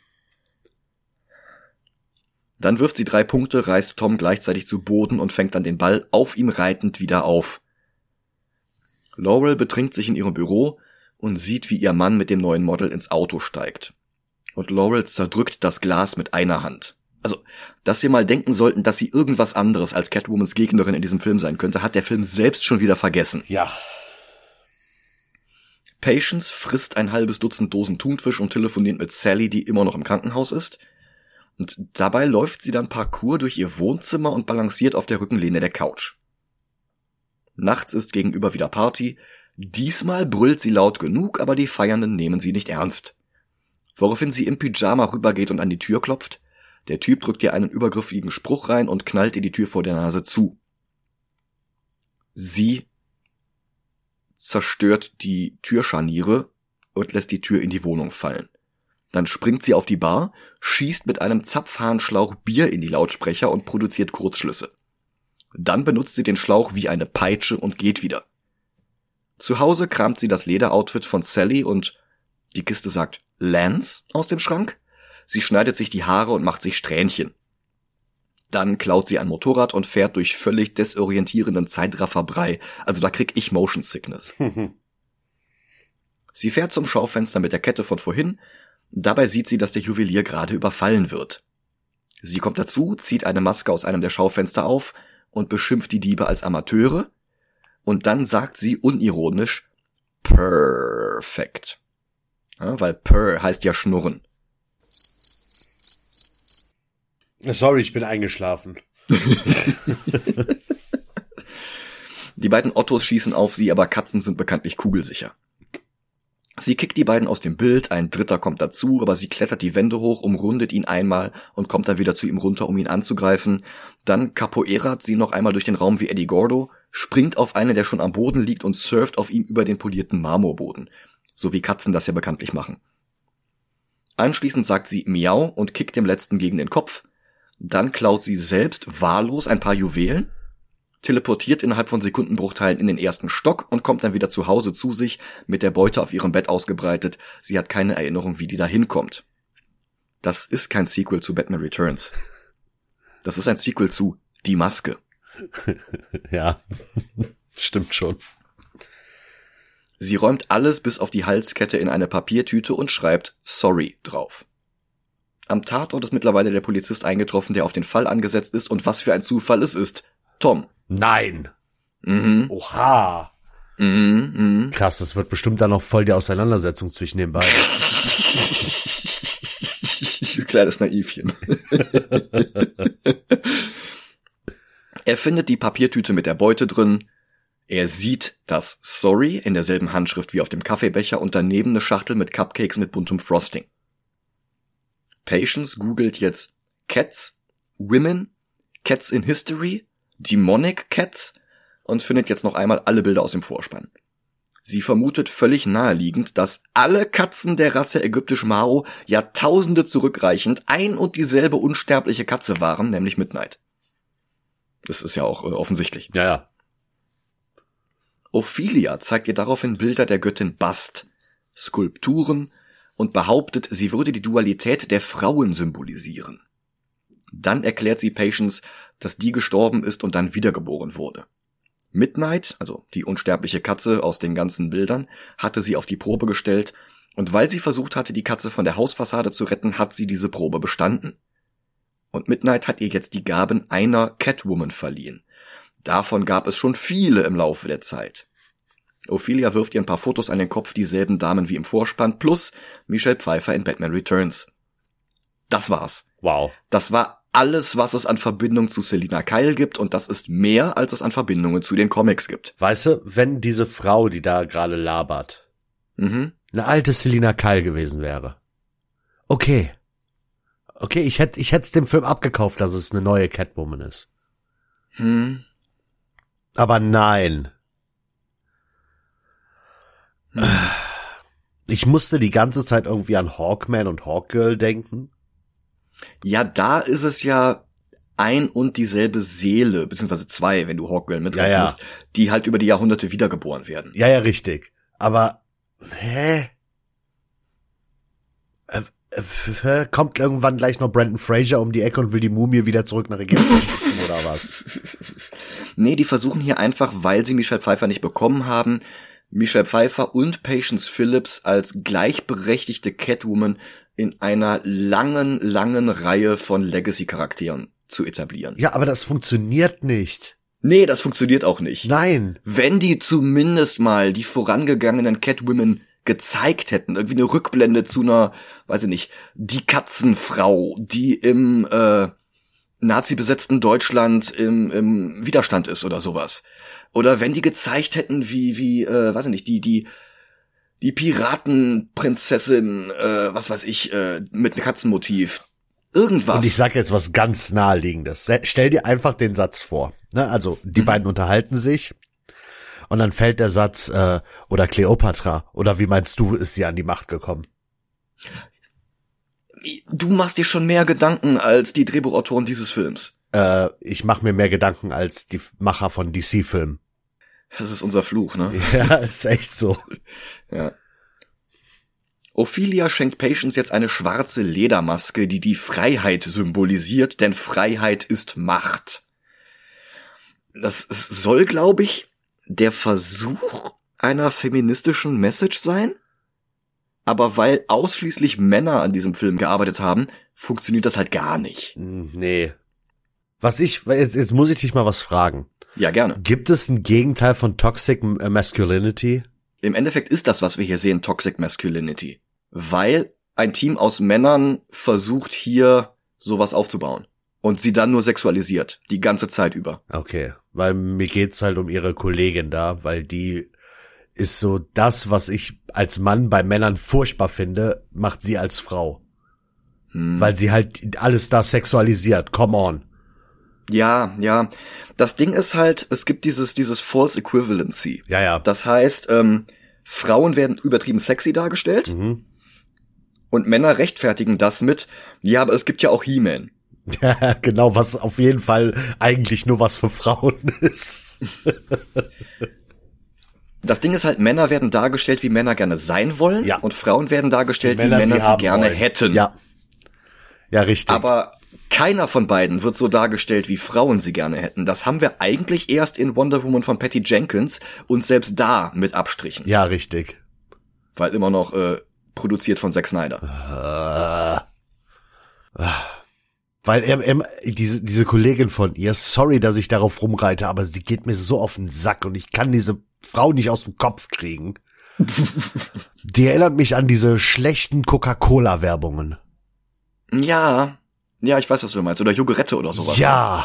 Dann wirft sie 3 Punkte, reißt Tom gleichzeitig zu Boden und fängt dann den Ball auf ihm reitend wieder auf. Laurel betrinkt sich in ihrem Büro und sieht, wie ihr Mann mit dem neuen Model ins Auto steigt. Und Laurel zerdrückt das Glas mit einer Hand. Also, dass wir mal denken sollten, dass sie irgendwas anderes als Catwomans Gegnerin in diesem Film sein könnte, hat der Film selbst schon wieder vergessen. Ja. Patience frisst ein halbes Dutzend Dosen Thunfisch und telefoniert mit Sally, die immer noch im Krankenhaus ist. Und dabei läuft sie dann Parkour durch ihr Wohnzimmer und balanciert auf der Rückenlehne der Couch. Nachts ist gegenüber wieder Party. Diesmal brüllt sie laut genug, aber die Feiernden nehmen sie nicht ernst. Woraufhin sie im Pyjama rübergeht und an die Tür klopft. Der Typ drückt ihr einen übergriffigen Spruch rein und knallt ihr die Tür vor der Nase zu. Sie zerstört die Türscharniere und lässt die Tür in die Wohnung fallen. Dann springt sie auf die Bar, schießt mit einem Zapfhahnschlauch Bier in die Lautsprecher und produziert Kurzschlüsse. Dann benutzt sie den Schlauch wie eine Peitsche und geht wieder. Zu Hause kramt sie das Lederoutfit von Sally und die Kiste sagt Lance aus dem Schrank. Sie schneidet sich die Haare und macht sich Strähnchen. Dann klaut sie ein Motorrad und fährt durch völlig desorientierenden Zeitrafferbrei. Also da krieg ich Motion Sickness. Sie fährt zum Schaufenster mit der Kette von vorhin. Dabei sieht sie, dass der Juwelier gerade überfallen wird. Sie kommt dazu, zieht eine Maske aus einem der Schaufenster auf und beschimpft die Diebe als Amateure. Und dann sagt sie unironisch Perfekt. Ja, weil Purr heißt ja schnurren. Sorry, ich bin eingeschlafen. Die beiden Ottos schießen auf sie, aber Katzen sind bekanntlich kugelsicher. Sie kickt die beiden aus dem Bild, ein dritter kommt dazu, aber sie klettert die Wände hoch, umrundet ihn einmal und kommt dann wieder zu ihm runter, um ihn anzugreifen. Dann capoeirat sie noch einmal durch den Raum wie Eddie Gordo, springt auf einen, der schon am Boden liegt und surft auf ihm über den polierten Marmorboden. So wie Katzen das ja bekanntlich machen. Anschließend sagt sie Miau und kickt dem letzten gegen den Kopf. Dann klaut sie selbst wahllos ein paar Juwelen, teleportiert innerhalb von Sekundenbruchteilen in den ersten Stock und kommt dann wieder zu Hause zu sich, mit der Beute auf ihrem Bett ausgebreitet. Sie hat keine Erinnerung, wie die da hinkommt. Das ist kein Sequel zu Batman Returns. Das ist ein Sequel zu Die Maske. Ja, stimmt schon. Sie räumt alles bis auf die Halskette in eine Papiertüte und schreibt Sorry drauf. Am Tatort ist mittlerweile der Polizist eingetroffen, der auf den Fall angesetzt ist, und was für ein Zufall es ist. Tom. Nein. Mhm. Oha. Mhm. Krass, das wird bestimmt dann noch voll die Auseinandersetzung zwischen den beiden. Kleines Naivchen. Er findet die Papiertüte mit der Beute drin. Er sieht das Sorry in derselben Handschrift wie auf dem Kaffeebecher und daneben eine Schachtel mit Cupcakes mit buntem Frosting. Patience googelt jetzt Cats, Women, Cats in History, Demonic Cats und findet jetzt noch einmal alle Bilder aus dem Vorspann. Sie vermutet völlig naheliegend, dass alle Katzen der Rasse ägyptisch Mao Jahrtausende zurückreichend ein und dieselbe unsterbliche Katze waren, nämlich Midnight. Das ist ja auch offensichtlich. Ja. Ophelia zeigt ihr daraufhin Bilder der Göttin Bast, Skulpturen und behauptet, sie würde die Dualität der Frauen symbolisieren. Dann erklärt sie Patience, dass die gestorben ist und dann wiedergeboren wurde. Midnight, also die unsterbliche Katze aus den ganzen Bildern, hatte sie auf die Probe gestellt und weil sie versucht hatte, die Katze von der Hausfassade zu retten, hat sie diese Probe bestanden. Und Midnight hat ihr jetzt die Gaben einer Catwoman verliehen. Davon gab es schon viele im Laufe der Zeit. Ophelia wirft ihr ein paar Fotos an den Kopf, dieselben Damen wie im Vorspann, plus Michelle Pfeiffer in Batman Returns. Das war's. Wow. Das war alles, was es an Verbindung zu Selina Kyle gibt, und das ist mehr, als es an Verbindungen zu den Comics gibt. Weißt du, wenn diese Frau, die da gerade labert, eine alte Selina Kyle gewesen wäre. Okay, ich hätte dem Film abgekauft, dass es eine neue Catwoman ist. Aber nein. Ich musste die ganze Zeit irgendwie an Hawkman und Hawkgirl denken. Ja, da ist es ja ein und dieselbe Seele, beziehungsweise zwei, wenn du Hawkgirl mitrechnest, die halt über die Jahrhunderte wiedergeboren werden. Ja, richtig. Aber, kommt irgendwann gleich noch Brendan Fraser um die Ecke und will die Mumie wieder zurück nach Ägypten schicken oder was? Nee, die versuchen hier einfach, weil sie Michelle Pfeiffer nicht bekommen haben, Michelle Pfeiffer und Patience Phillips als gleichberechtigte Catwoman in einer langen Reihe von Legacy-Charakteren zu etablieren. Ja, aber das funktioniert nicht. Nee, das funktioniert auch nicht. Nein. Wenn die zumindest mal die vorangegangenen Catwomen gezeigt hätten, irgendwie eine Rückblende zu einer, weiß ich nicht, die Katzenfrau, die im Nazi-besetzten Deutschland im Widerstand ist oder sowas. Oder wenn die gezeigt hätten, wie weiß ich nicht, die Piratenprinzessin, was weiß ich, mit einem Katzenmotiv. Irgendwas. Und ich sag jetzt was ganz Naheliegendes. Stell dir einfach den Satz vor. Ne? Also, die beiden unterhalten sich. Und dann fällt der Satz, oder Kleopatra, oder wie meinst du, ist sie an die Macht gekommen? Du machst dir schon mehr Gedanken als die Drehbuchautoren dieses Films. Ich mache mir mehr Gedanken als die Macher von DC-Filmen. Das ist unser Fluch, ne? Ja, ist echt so. Ja. Ophelia schenkt Patience jetzt eine schwarze Ledermaske, die die Freiheit symbolisiert, denn Freiheit ist Macht. Das soll, glaube ich, der Versuch einer feministischen Message sein? Aber weil ausschließlich Männer an diesem Film gearbeitet haben, funktioniert das halt gar nicht. Nee. Jetzt muss ich dich mal was fragen. Ja, gerne. Gibt es ein Gegenteil von Toxic Masculinity? Im Endeffekt ist das, was wir hier sehen, Toxic Masculinity. Weil ein Team aus Männern versucht hier sowas aufzubauen. Und sie dann nur sexualisiert, die ganze Zeit über. Okay, weil mir geht's halt um ihre Kollegin da, weil die ist so das, was ich als Mann bei Männern furchtbar finde, macht sie als Frau. Weil sie halt alles da sexualisiert, come on. Ja. Das Ding ist halt, es gibt dieses False Equivalency. Ja. Das heißt, Frauen werden übertrieben sexy dargestellt und Männer rechtfertigen das mit, ja, aber es gibt ja auch He-Man. Ja, genau, was auf jeden Fall eigentlich nur was für Frauen ist. Das Ding ist halt, Männer werden dargestellt, wie Männer gerne sein wollen, ja. Und Frauen werden dargestellt, wie Männer sie gerne hätten. Ja, richtig. Aber keiner von beiden wird so dargestellt, wie Frauen sie gerne hätten. Das haben wir eigentlich erst in Wonder Woman von Patty Jenkins und selbst da mit Abstrichen. Ja, richtig. Weil immer noch produziert von Zack Snyder. Weil diese Kollegin von ihr, sorry, dass ich darauf rumreite, aber sie geht mir so auf den Sack und ich kann diese Frau nicht aus dem Kopf kriegen. Die erinnert mich an diese schlechten Coca-Cola-Werbungen. Ja, ich weiß, was du meinst. Oder Jogurette oder sowas. Ja.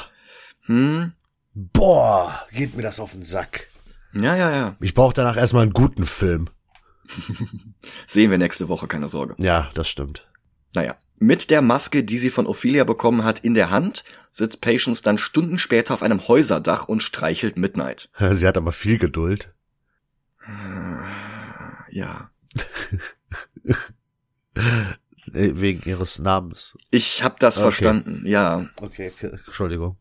Boah, geht mir das auf den Sack. Ja. Ich brauche danach erstmal einen guten Film. Sehen wir nächste Woche, keine Sorge. Ja, das stimmt. Naja, mit der Maske, die sie von Ophelia bekommen hat, in der Hand, sitzt Patience dann Stunden später auf einem Häuserdach und streichelt Midnight. Sie hat aber viel Geduld. Ja. Wegen ihres Namens. Ich hab das verstanden, ja. Okay, Entschuldigung.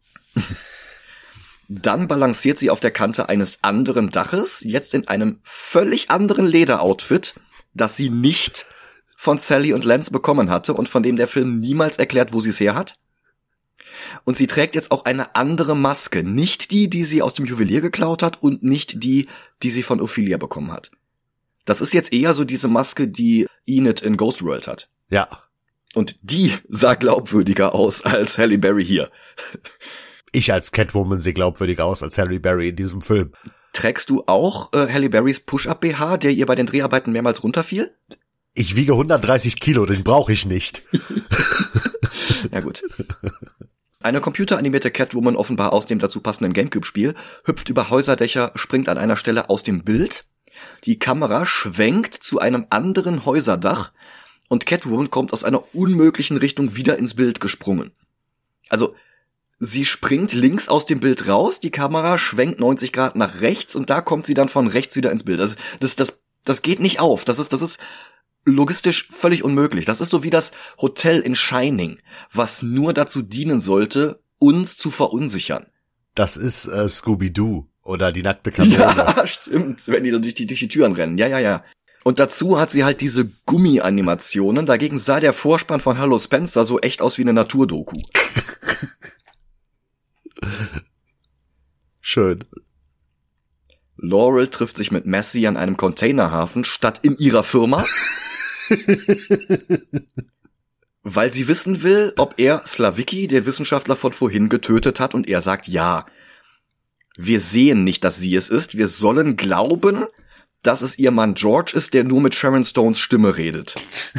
Dann balanciert sie auf der Kante eines anderen Daches, jetzt in einem völlig anderen Lederoutfit, das sie nicht von Sally und Lance bekommen hatte und von dem der Film niemals erklärt, wo sie es her hat. Und sie trägt jetzt auch eine andere Maske, nicht die sie aus dem Juwelier geklaut hat und nicht die sie von Ophelia bekommen hat. Das ist jetzt eher so diese Maske, die Enid in Ghost World hat. Ja. Und die sah glaubwürdiger aus als Halle Berry hier. Ich als Catwoman sehe glaubwürdiger aus als Halle Berry in diesem Film. Trägst du auch Halle Berrys Push-Up-BH, der ihr bei den Dreharbeiten mehrmals runterfiel? Ich wiege 130 Kilo, den brauche ich nicht. Ja gut. Eine computeranimierte Catwoman, offenbar aus dem dazu passenden Gamecube-Spiel, hüpft über Häuserdächer, springt an einer Stelle aus dem Bild. Die Kamera schwenkt zu einem anderen Häuserdach und Catwoman kommt aus einer unmöglichen Richtung wieder ins Bild gesprungen. Also, sie springt links aus dem Bild raus, die Kamera schwenkt 90 Grad nach rechts und da kommt sie dann von rechts wieder ins Bild. Das geht nicht auf. Das ist logistisch völlig unmöglich. Das ist so wie das Hotel in Shining, was nur dazu dienen sollte, uns zu verunsichern. Das ist Scooby-Doo oder die nackte Kanone. Ja, stimmt, wenn die durch die Türen rennen. Ja. Und dazu hat sie halt diese Gummi-Animationen. Dagegen sah der Vorspann von Hallo Spencer so echt aus wie eine Naturdoku. Schön. Laurel trifft sich mit Massey an einem Containerhafen statt in ihrer Firma, weil sie wissen will, ob er Slavicki, der Wissenschaftler von vorhin, getötet hat, und er sagt ja. Wir sehen nicht, dass sie es ist. Wir sollen glauben, dass es ihr Mann George ist, der nur mit Sharon Stones Stimme redet.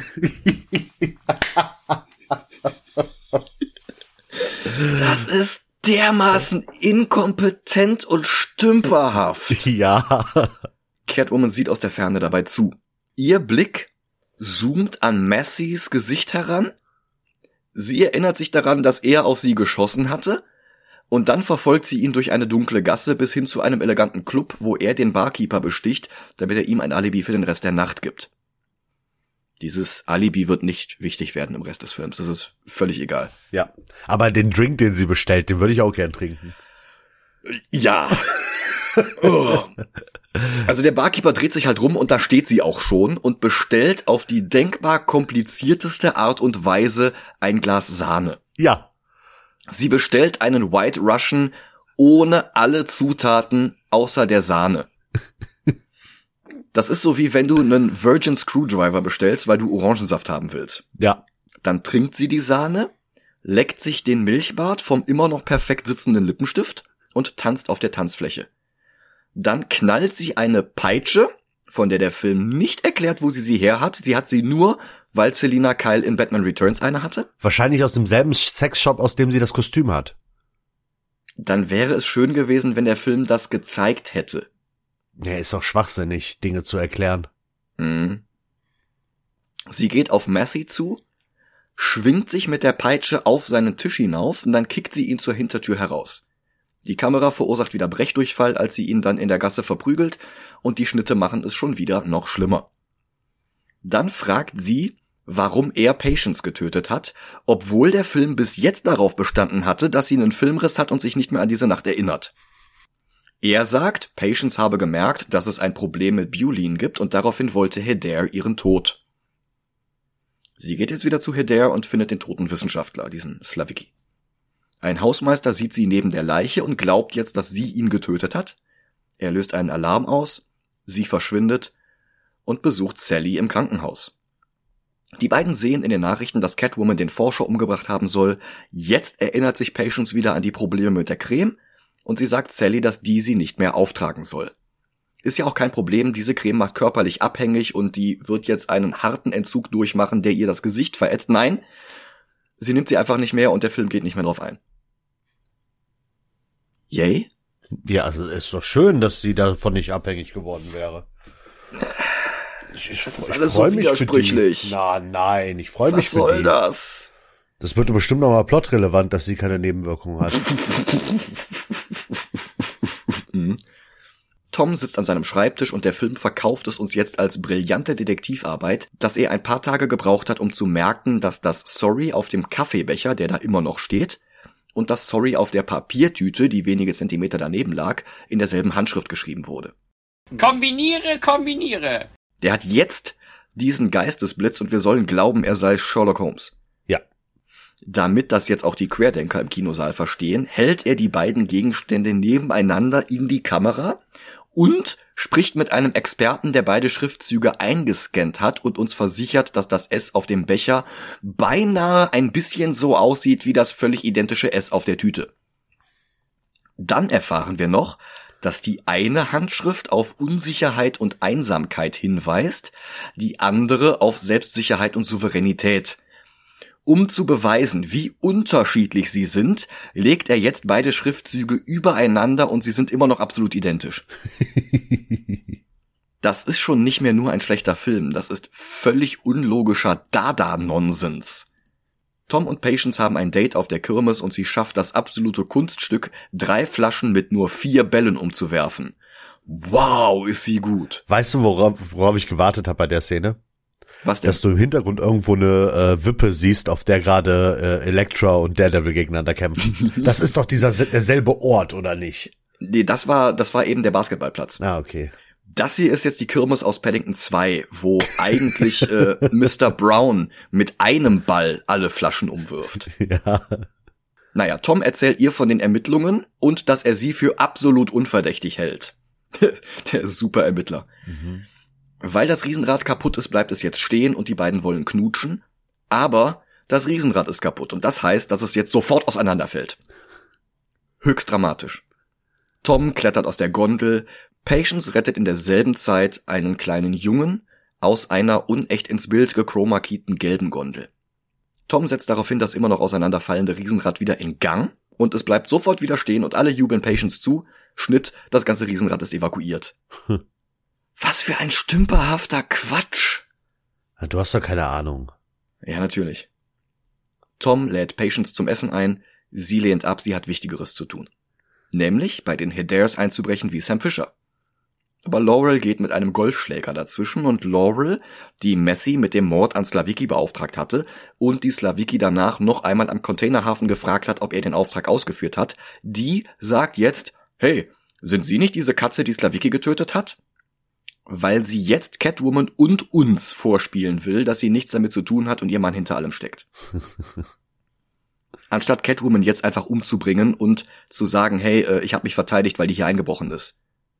Das ist dermaßen inkompetent und stümperhaft. Ja. Catwoman sieht aus der Ferne dabei zu. Ihr Blick zoomt an Masseys Gesicht heran. Sie erinnert sich daran, dass er auf sie geschossen hatte. Und dann verfolgt sie ihn durch eine dunkle Gasse bis hin zu einem eleganten Club, wo er den Barkeeper besticht, damit er ihm ein Alibi für den Rest der Nacht gibt. Dieses Alibi wird nicht wichtig werden im Rest des Films. Das ist völlig egal. Ja. Aber den Drink, den sie bestellt, den würde ich auch gern trinken. Ja. Oh. Also der Barkeeper dreht sich halt rum und da steht sie auch schon und bestellt auf die denkbar komplizierteste Art und Weise ein Glas Sahne. Ja. Sie bestellt einen White Russian ohne alle Zutaten außer der Sahne. Das ist so wie wenn du einen Virgin Screwdriver bestellst, weil du Orangensaft haben willst. Ja. Dann trinkt sie die Sahne, leckt sich den Milchbart vom immer noch perfekt sitzenden Lippenstift und tanzt auf der Tanzfläche. Dann knallt sie eine Peitsche, von der der Film nicht erklärt, wo sie her hat. Sie hat sie nur weil Selina Kyle in Batman Returns eine hatte? Wahrscheinlich aus demselben Sexshop, aus dem sie das Kostüm hat. Dann wäre es schön gewesen, wenn der Film das gezeigt hätte. Ja, ist doch schwachsinnig, Dinge zu erklären. Mhm. Sie geht auf Massey zu, schwingt sich mit der Peitsche auf seinen Tisch hinauf und dann kickt sie ihn zur Hintertür heraus. Die Kamera verursacht wieder Brechdurchfall, als sie ihn dann in der Gasse verprügelt, und die Schnitte machen es schon wieder noch schlimmer. Dann fragt sie, warum er Patience getötet hat, obwohl der Film bis jetzt darauf bestanden hatte, dass sie einen Filmriss hat und sich nicht mehr an diese Nacht erinnert. Er sagt, Patience habe gemerkt, dass es ein Problem mit Bulin gibt und daraufhin wollte Hedare ihren Tod. Sie geht jetzt wieder zu Hedare und findet den toten Wissenschaftler, diesen Slavicki. Ein Hausmeister sieht sie neben der Leiche und glaubt jetzt, dass sie ihn getötet hat. Er löst einen Alarm aus, sie verschwindet und besucht Sally im Krankenhaus. Die beiden sehen in den Nachrichten, dass Catwoman den Forscher umgebracht haben soll. Jetzt erinnert sich Patience wieder an die Probleme mit der Creme und sie sagt Sally, dass die sie nicht mehr auftragen soll. Ist ja auch kein Problem, diese Creme macht körperlich abhängig und die wird jetzt einen harten Entzug durchmachen, der ihr das Gesicht verätzt. Nein, sie nimmt sie einfach nicht mehr und der Film geht nicht mehr drauf ein. Yay? Ja, also ist doch schön, dass sie davon nicht abhängig geworden wäre. Das ist alles so widersprüchlich. Nein, ich freue mich für die. Was soll das? Das wird bestimmt nochmal plotrelevant, dass sie keine Nebenwirkungen hat. Tom sitzt an seinem Schreibtisch und der Film verkauft es uns jetzt als brillante Detektivarbeit, dass er ein paar Tage gebraucht hat, um zu merken, dass das Sorry auf dem Kaffeebecher, der da immer noch steht, und das Sorry auf der Papiertüte, die wenige Zentimeter daneben lag, in derselben Handschrift geschrieben wurde. Kombiniere. Der hat jetzt diesen Geistesblitz und wir sollen glauben, er sei Sherlock Holmes. Ja. Damit das jetzt auch die Querdenker im Kinosaal verstehen, hält er die beiden Gegenstände nebeneinander in die Kamera und spricht mit einem Experten, der beide Schriftzüge eingescannt hat und uns versichert, dass das S auf dem Becher beinahe ein bisschen so aussieht wie das völlig identische S auf der Tüte. Dann erfahren wir noch, dass die eine Handschrift auf Unsicherheit und Einsamkeit hinweist, die andere auf Selbstsicherheit und Souveränität. Um zu beweisen, wie unterschiedlich sie sind, legt er jetzt beide Schriftzüge übereinander und sie sind immer noch absolut identisch. Das ist schon nicht mehr nur ein schlechter Film, das ist völlig unlogischer Dada-Nonsens. Tom und Patience haben ein Date auf der Kirmes und sie schafft das absolute Kunststück, 3 Flaschen mit nur 4 Bällen umzuwerfen. Wow, ist sie gut. Weißt du, worauf ich gewartet habe bei der Szene? Was denn? Dass du im Hintergrund irgendwo eine Wippe siehst, auf der gerade Elektra und Daredevil gegeneinander kämpfen. Das ist doch derselbe Ort, oder nicht? Nee, das war eben der Basketballplatz. Ah, okay. Das hier ist jetzt die Kirmes aus Paddington 2, wo eigentlich Mr. Brown mit einem Ball alle Flaschen umwirft. Ja. Naja, Tom erzählt ihr von den Ermittlungen und dass er sie für absolut unverdächtig hält. Der super Ermittler. Mhm. Weil das Riesenrad kaputt ist, bleibt es jetzt stehen und die beiden wollen knutschen. Aber das Riesenrad ist kaputt und das heißt, dass es jetzt sofort auseinanderfällt. Höchst dramatisch. Tom klettert aus der Gondel. Patience rettet in derselben Zeit einen kleinen Jungen aus einer unecht ins Bild gechromakeyten gelben Gondel. Tom setzt darauf hin, das immer noch auseinanderfallende Riesenrad wieder in Gang und es bleibt sofort wieder stehen und alle jubeln Patience zu. Schnitt, das ganze Riesenrad ist evakuiert. Was für ein stümperhafter Quatsch. Du hast doch keine Ahnung. Ja, natürlich. Tom lädt Patience zum Essen ein. Sie lehnt ab, sie hat Wichtigeres zu tun. Nämlich bei den Hedares einzubrechen wie Sam Fisher. Aber Laurel geht mit einem Golfschläger dazwischen und Laurel, die Massey mit dem Mord an Slavicki beauftragt hatte und die Slavicki danach noch einmal am Containerhafen gefragt hat, ob er den Auftrag ausgeführt hat, die sagt jetzt, hey, sind Sie nicht diese Katze, die Slavicki getötet hat? Weil sie jetzt Catwoman und uns vorspielen will, dass sie nichts damit zu tun hat und ihr Mann hinter allem steckt. Anstatt Catwoman jetzt einfach umzubringen und zu sagen, hey, ich habe mich verteidigt, weil die hier eingebrochen ist.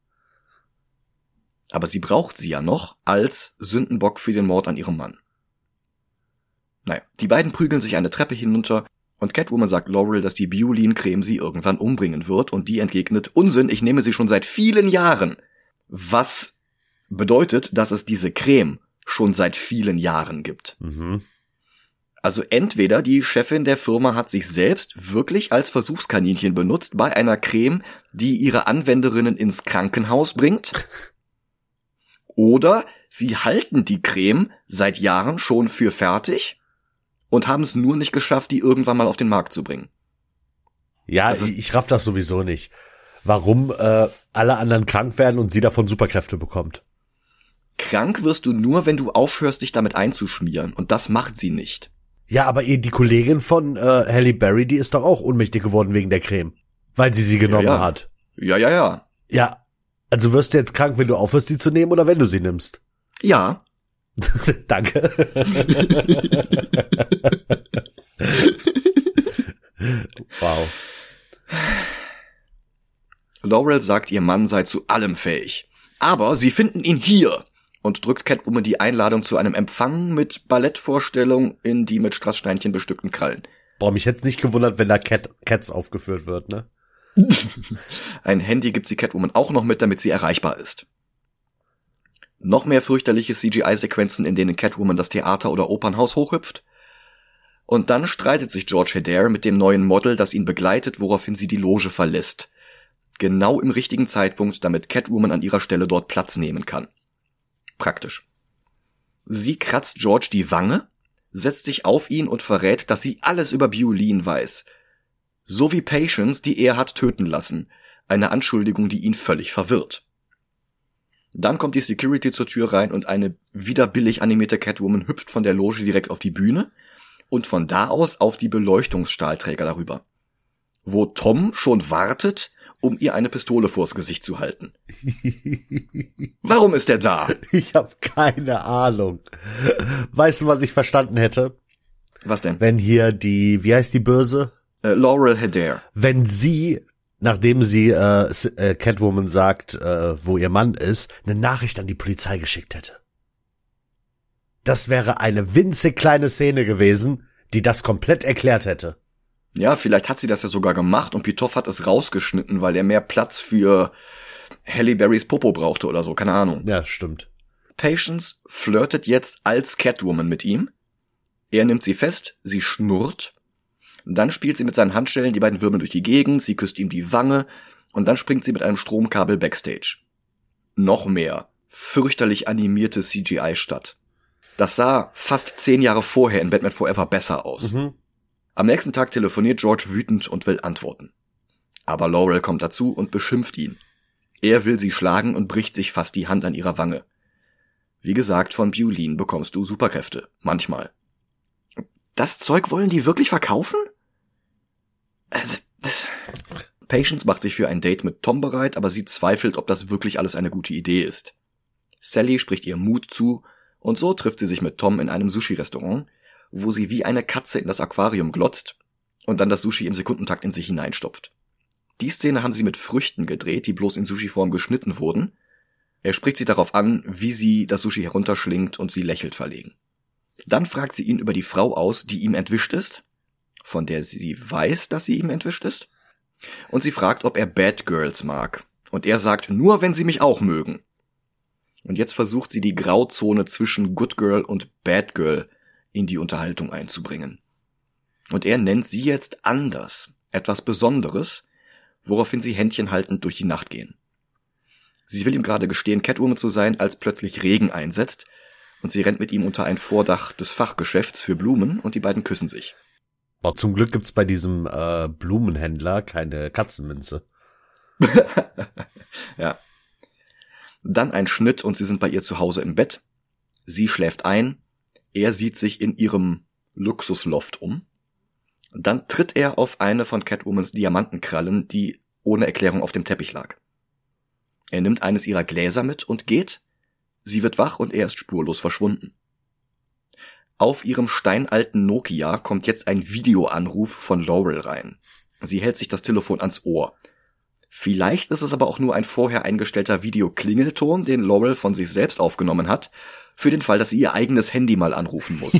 Aber sie braucht sie ja noch als Sündenbock für den Mord an ihrem Mann. Naja, die beiden prügeln sich eine Treppe hinunter und Catwoman sagt Laurel, dass die Bulin-Creme sie irgendwann umbringen wird und die entgegnet, Unsinn, ich nehme sie schon seit vielen Jahren. Was bedeutet, dass es diese Creme schon seit vielen Jahren gibt. Mhm. Also entweder die Chefin der Firma hat sich selbst wirklich als Versuchskaninchen benutzt bei einer Creme, die ihre Anwenderinnen ins Krankenhaus bringt, oder sie halten die Creme seit Jahren schon für fertig und haben es nur nicht geschafft, die irgendwann mal auf den Markt zu bringen. Ja, ich raff das sowieso nicht. Warum alle anderen krank werden und sie davon Superkräfte bekommt. Krank wirst du nur, wenn du aufhörst, dich damit einzuschmieren. Und das macht sie nicht. Ja, aber die Kollegin von Halle Berry, die ist doch auch ohnmächtig geworden wegen der Creme. Weil sie genommen hat. Ja. Ja, also wirst du jetzt krank, wenn du aufhörst, sie zu nehmen oder wenn du sie nimmst? Ja. Danke. Wow. Laurel sagt, ihr Mann sei zu allem fähig. Aber sie finden ihn hier und drückt Catwoman die Einladung zu einem Empfang mit Ballettvorstellung in die mit Strasssteinchen bestückten Krallen. Boah, mich hätte nicht gewundert, wenn da Cats aufgeführt wird, ne? Ein Handy gibt sie Catwoman auch noch mit, damit sie erreichbar ist. Noch mehr fürchterliche CGI-Sequenzen, in denen Catwoman das Theater- oder Opernhaus hochhüpft. Und dann streitet sich George Hedare mit dem neuen Model, das ihn begleitet, woraufhin sie die Loge verlässt. Genau im richtigen Zeitpunkt, damit Catwoman an ihrer Stelle dort Platz nehmen kann. Praktisch. Sie kratzt George die Wange, setzt sich auf ihn und verrät, dass sie alles über Bulleen weiß. So wie Patience, die er hat töten lassen. Eine Anschuldigung, die ihn völlig verwirrt. Dann kommt die Security zur Tür rein und eine wieder billig animierte Catwoman hüpft von der Loge direkt auf die Bühne und von da aus auf die Beleuchtungsstahlträger darüber. Wo Tom schon wartet, um ihr eine Pistole vors Gesicht zu halten. Warum ist er da? Ich habe keine Ahnung. Weißt du, was ich verstanden hätte? Was denn? Wenn hier wie heißt die Böse? Laurel Hedare. Wenn sie, nachdem sie Catwoman sagt, wo ihr Mann ist, eine Nachricht an die Polizei geschickt hätte. Das wäre eine winzig kleine Szene gewesen, die das komplett erklärt hätte. Ja, vielleicht hat sie das ja sogar gemacht und Pitoff hat es rausgeschnitten, weil er mehr Platz für Halle Berrys Popo brauchte oder so, keine Ahnung. Ja, stimmt. Patience flirtet jetzt als Catwoman mit ihm. Er nimmt sie fest, sie schnurrt. Dann spielt sie mit seinen Handschellen, die beiden wirbeln durch die Gegend, sie küsst ihm die Wange und dann springt sie mit einem Stromkabel backstage. Noch mehr fürchterlich animierte CGI statt. Das sah fast 10 Jahre vorher in Batman Forever besser aus. Mhm. Am nächsten Tag telefoniert George wütend und will antworten. Aber Laurel kommt dazu und beschimpft ihn. Er will sie schlagen und bricht sich fast die Hand an ihrer Wange. Wie gesagt, von Bulleen bekommst du Superkräfte. Manchmal. Das Zeug wollen die wirklich verkaufen? Patience macht sich für ein Date mit Tom bereit, aber sie zweifelt, ob das wirklich alles eine gute Idee ist. Sally spricht ihr Mut zu und so trifft sie sich mit Tom in einem Sushi-Restaurant, wo sie wie eine Katze in das Aquarium glotzt und dann das Sushi im Sekundentakt in sich hineinstopft. Die Szene haben sie mit Früchten gedreht, die bloß in Sushi-Form geschnitten wurden. Er spricht sie darauf an, wie sie das Sushi herunterschlingt und sie lächelt verlegen. Dann fragt sie ihn über die Frau aus, die ihm entwischt ist, von der sie weiß, dass sie ihm entwischt ist. Und sie fragt, ob er Bad Girls mag. Und er sagt, nur wenn sie mich auch mögen. Und jetzt versucht sie die Grauzone zwischen Good Girl und Bad Girl in die Unterhaltung einzubringen. Und er nennt sie jetzt anders, etwas Besonderes, woraufhin sie händchenhaltend durch die Nacht gehen. Sie will ihm gerade gestehen, Catwoman zu sein, als plötzlich Regen einsetzt und sie rennt mit ihm unter ein Vordach des Fachgeschäfts für Blumen und die beiden küssen sich. Boah, zum Glück gibt's bei diesem Blumenhändler keine Katzenminze. Ja. Dann ein Schnitt und sie sind bei ihr zu Hause im Bett. Sie schläft ein. Er sieht sich in ihrem Luxusloft um. Dann tritt er auf eine von Catwomans Diamantenkrallen, die ohne Erklärung auf dem Teppich lag. Er nimmt eines ihrer Gläser mit und geht. Sie wird wach und er ist spurlos verschwunden. Auf ihrem steinalten Nokia kommt jetzt ein Videoanruf von Laurel rein. Sie hält sich das Telefon ans Ohr. Vielleicht ist es aber auch nur ein vorher eingestellter Videoklingelton, den Laurel von sich selbst aufgenommen hat, für den Fall, dass sie ihr eigenes Handy mal anrufen muss.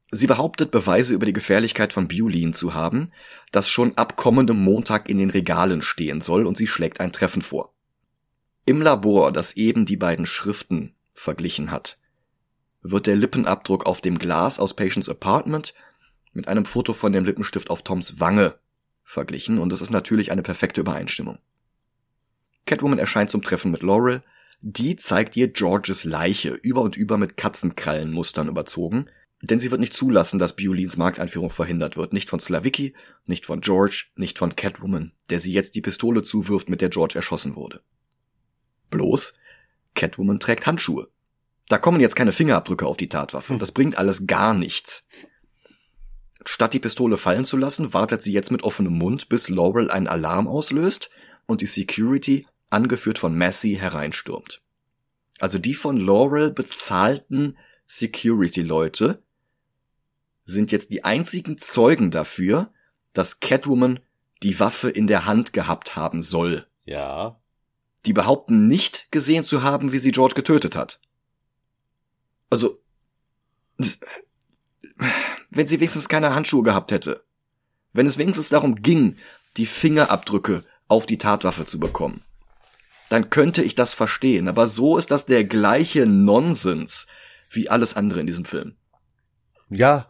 Sie behauptet, Beweise über die Gefährlichkeit von Bioline zu haben, das schon ab kommendem Montag in den Regalen stehen soll, und sie schlägt ein Treffen vor. Im Labor, das eben die beiden Schriften verglichen hat, wird der Lippenabdruck auf dem Glas aus Patients Apartment mit einem Foto von dem Lippenstift auf Toms Wange verglichen, und es ist natürlich eine perfekte Übereinstimmung. Catwoman erscheint zum Treffen mit Laurel, die zeigt ihr Georges Leiche über und über mit Katzenkrallenmustern überzogen, denn sie wird nicht zulassen, dass Biolins Markteinführung verhindert wird. Nicht von Slavicki, nicht von George, nicht von Catwoman, der sie jetzt die Pistole zuwirft, mit der George erschossen wurde. Bloß, Catwoman trägt Handschuhe. Da kommen jetzt keine Fingerabdrücke auf die Tatwaffe. Das bringt alles gar nichts. Statt die Pistole fallen zu lassen, wartet sie jetzt mit offenem Mund, bis Laurel einen Alarm auslöst und die Security, angeführt von Massey, hereinstürmt. Also die von Laurel bezahlten Security-Leute sind jetzt die einzigen Zeugen dafür, dass Catwoman die Waffe in der Hand gehabt haben soll. Ja. Die behaupten nicht gesehen zu haben, wie sie George getötet hat. Also, wenn sie wenigstens keine Handschuhe gehabt hätte, wenn es wenigstens darum ging, die Fingerabdrücke auf die Tatwaffe zu bekommen, dann könnte ich das verstehen. Aber so ist das der gleiche Nonsens wie alles andere in diesem Film. Ja.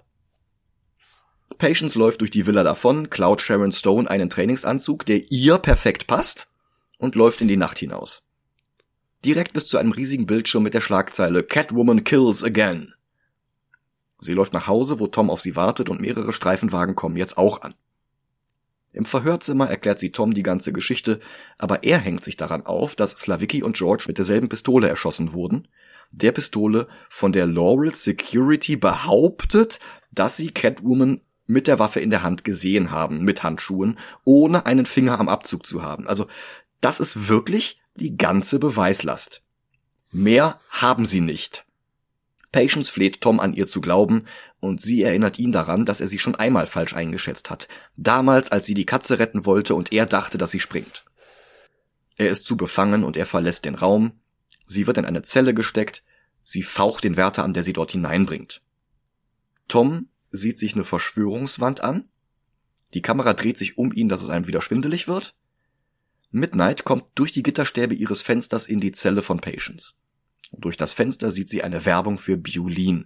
Patience läuft durch die Villa davon, klaut Sharon Stone einen Trainingsanzug, der ihr perfekt passt, und läuft in die Nacht hinaus. Direkt bis zu einem riesigen Bildschirm mit der Schlagzeile Catwoman kills again. Sie läuft nach Hause, wo Tom auf sie wartet, und mehrere Streifenwagen kommen jetzt auch an. Im Verhörzimmer erklärt sie Tom die ganze Geschichte, aber er hängt sich daran auf, dass Slavicki und George mit derselben Pistole erschossen wurden, der Pistole, von der Laurel Security behauptet, dass sie Catwoman mit der Waffe in der Hand gesehen haben, mit Handschuhen, ohne einen Finger am Abzug zu haben. Also, das ist wirklich die ganze Beweislast. Mehr haben sie nicht. Patience fleht Tom an, ihr zu glauben, und sie erinnert ihn daran, dass er sie schon einmal falsch eingeschätzt hat. Damals, als sie die Katze retten wollte und er dachte, dass sie springt. Er ist zu befangen und er verlässt den Raum. Sie wird in eine Zelle gesteckt. Sie faucht den Wärter an, der sie dort hineinbringt. Tom sieht sich eine Verschwörungswand an. Die Kamera dreht sich um ihn, dass es einem wieder schwindelig wird. Midnight kommt durch die Gitterstäbe ihres Fensters in die Zelle von Patience. Und durch das Fenster sieht sie eine Werbung für Bioline.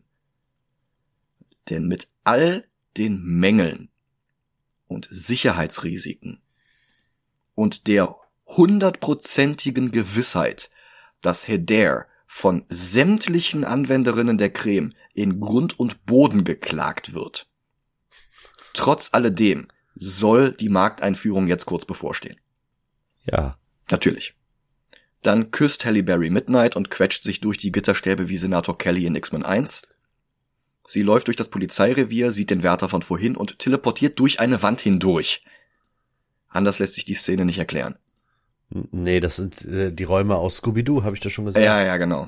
Denn mit all den Mängeln und Sicherheitsrisiken und der 100%igen Gewissheit, dass Hedare von sämtlichen Anwenderinnen der Creme in Grund und Boden geklagt wird. Trotz alledem soll die Markteinführung jetzt kurz bevorstehen. Ja. Natürlich. Dann küsst Halle Berry Midnight und quetscht sich durch die Gitterstäbe wie Senator Kelly in X-Men 1. Sie läuft durch das Polizeirevier, sieht den Wärter von vorhin und teleportiert durch eine Wand hindurch. Anders lässt sich die Szene nicht erklären. Nee, das sind die Räume aus Scooby-Doo, habe ich das schon gesagt? Ja, genau.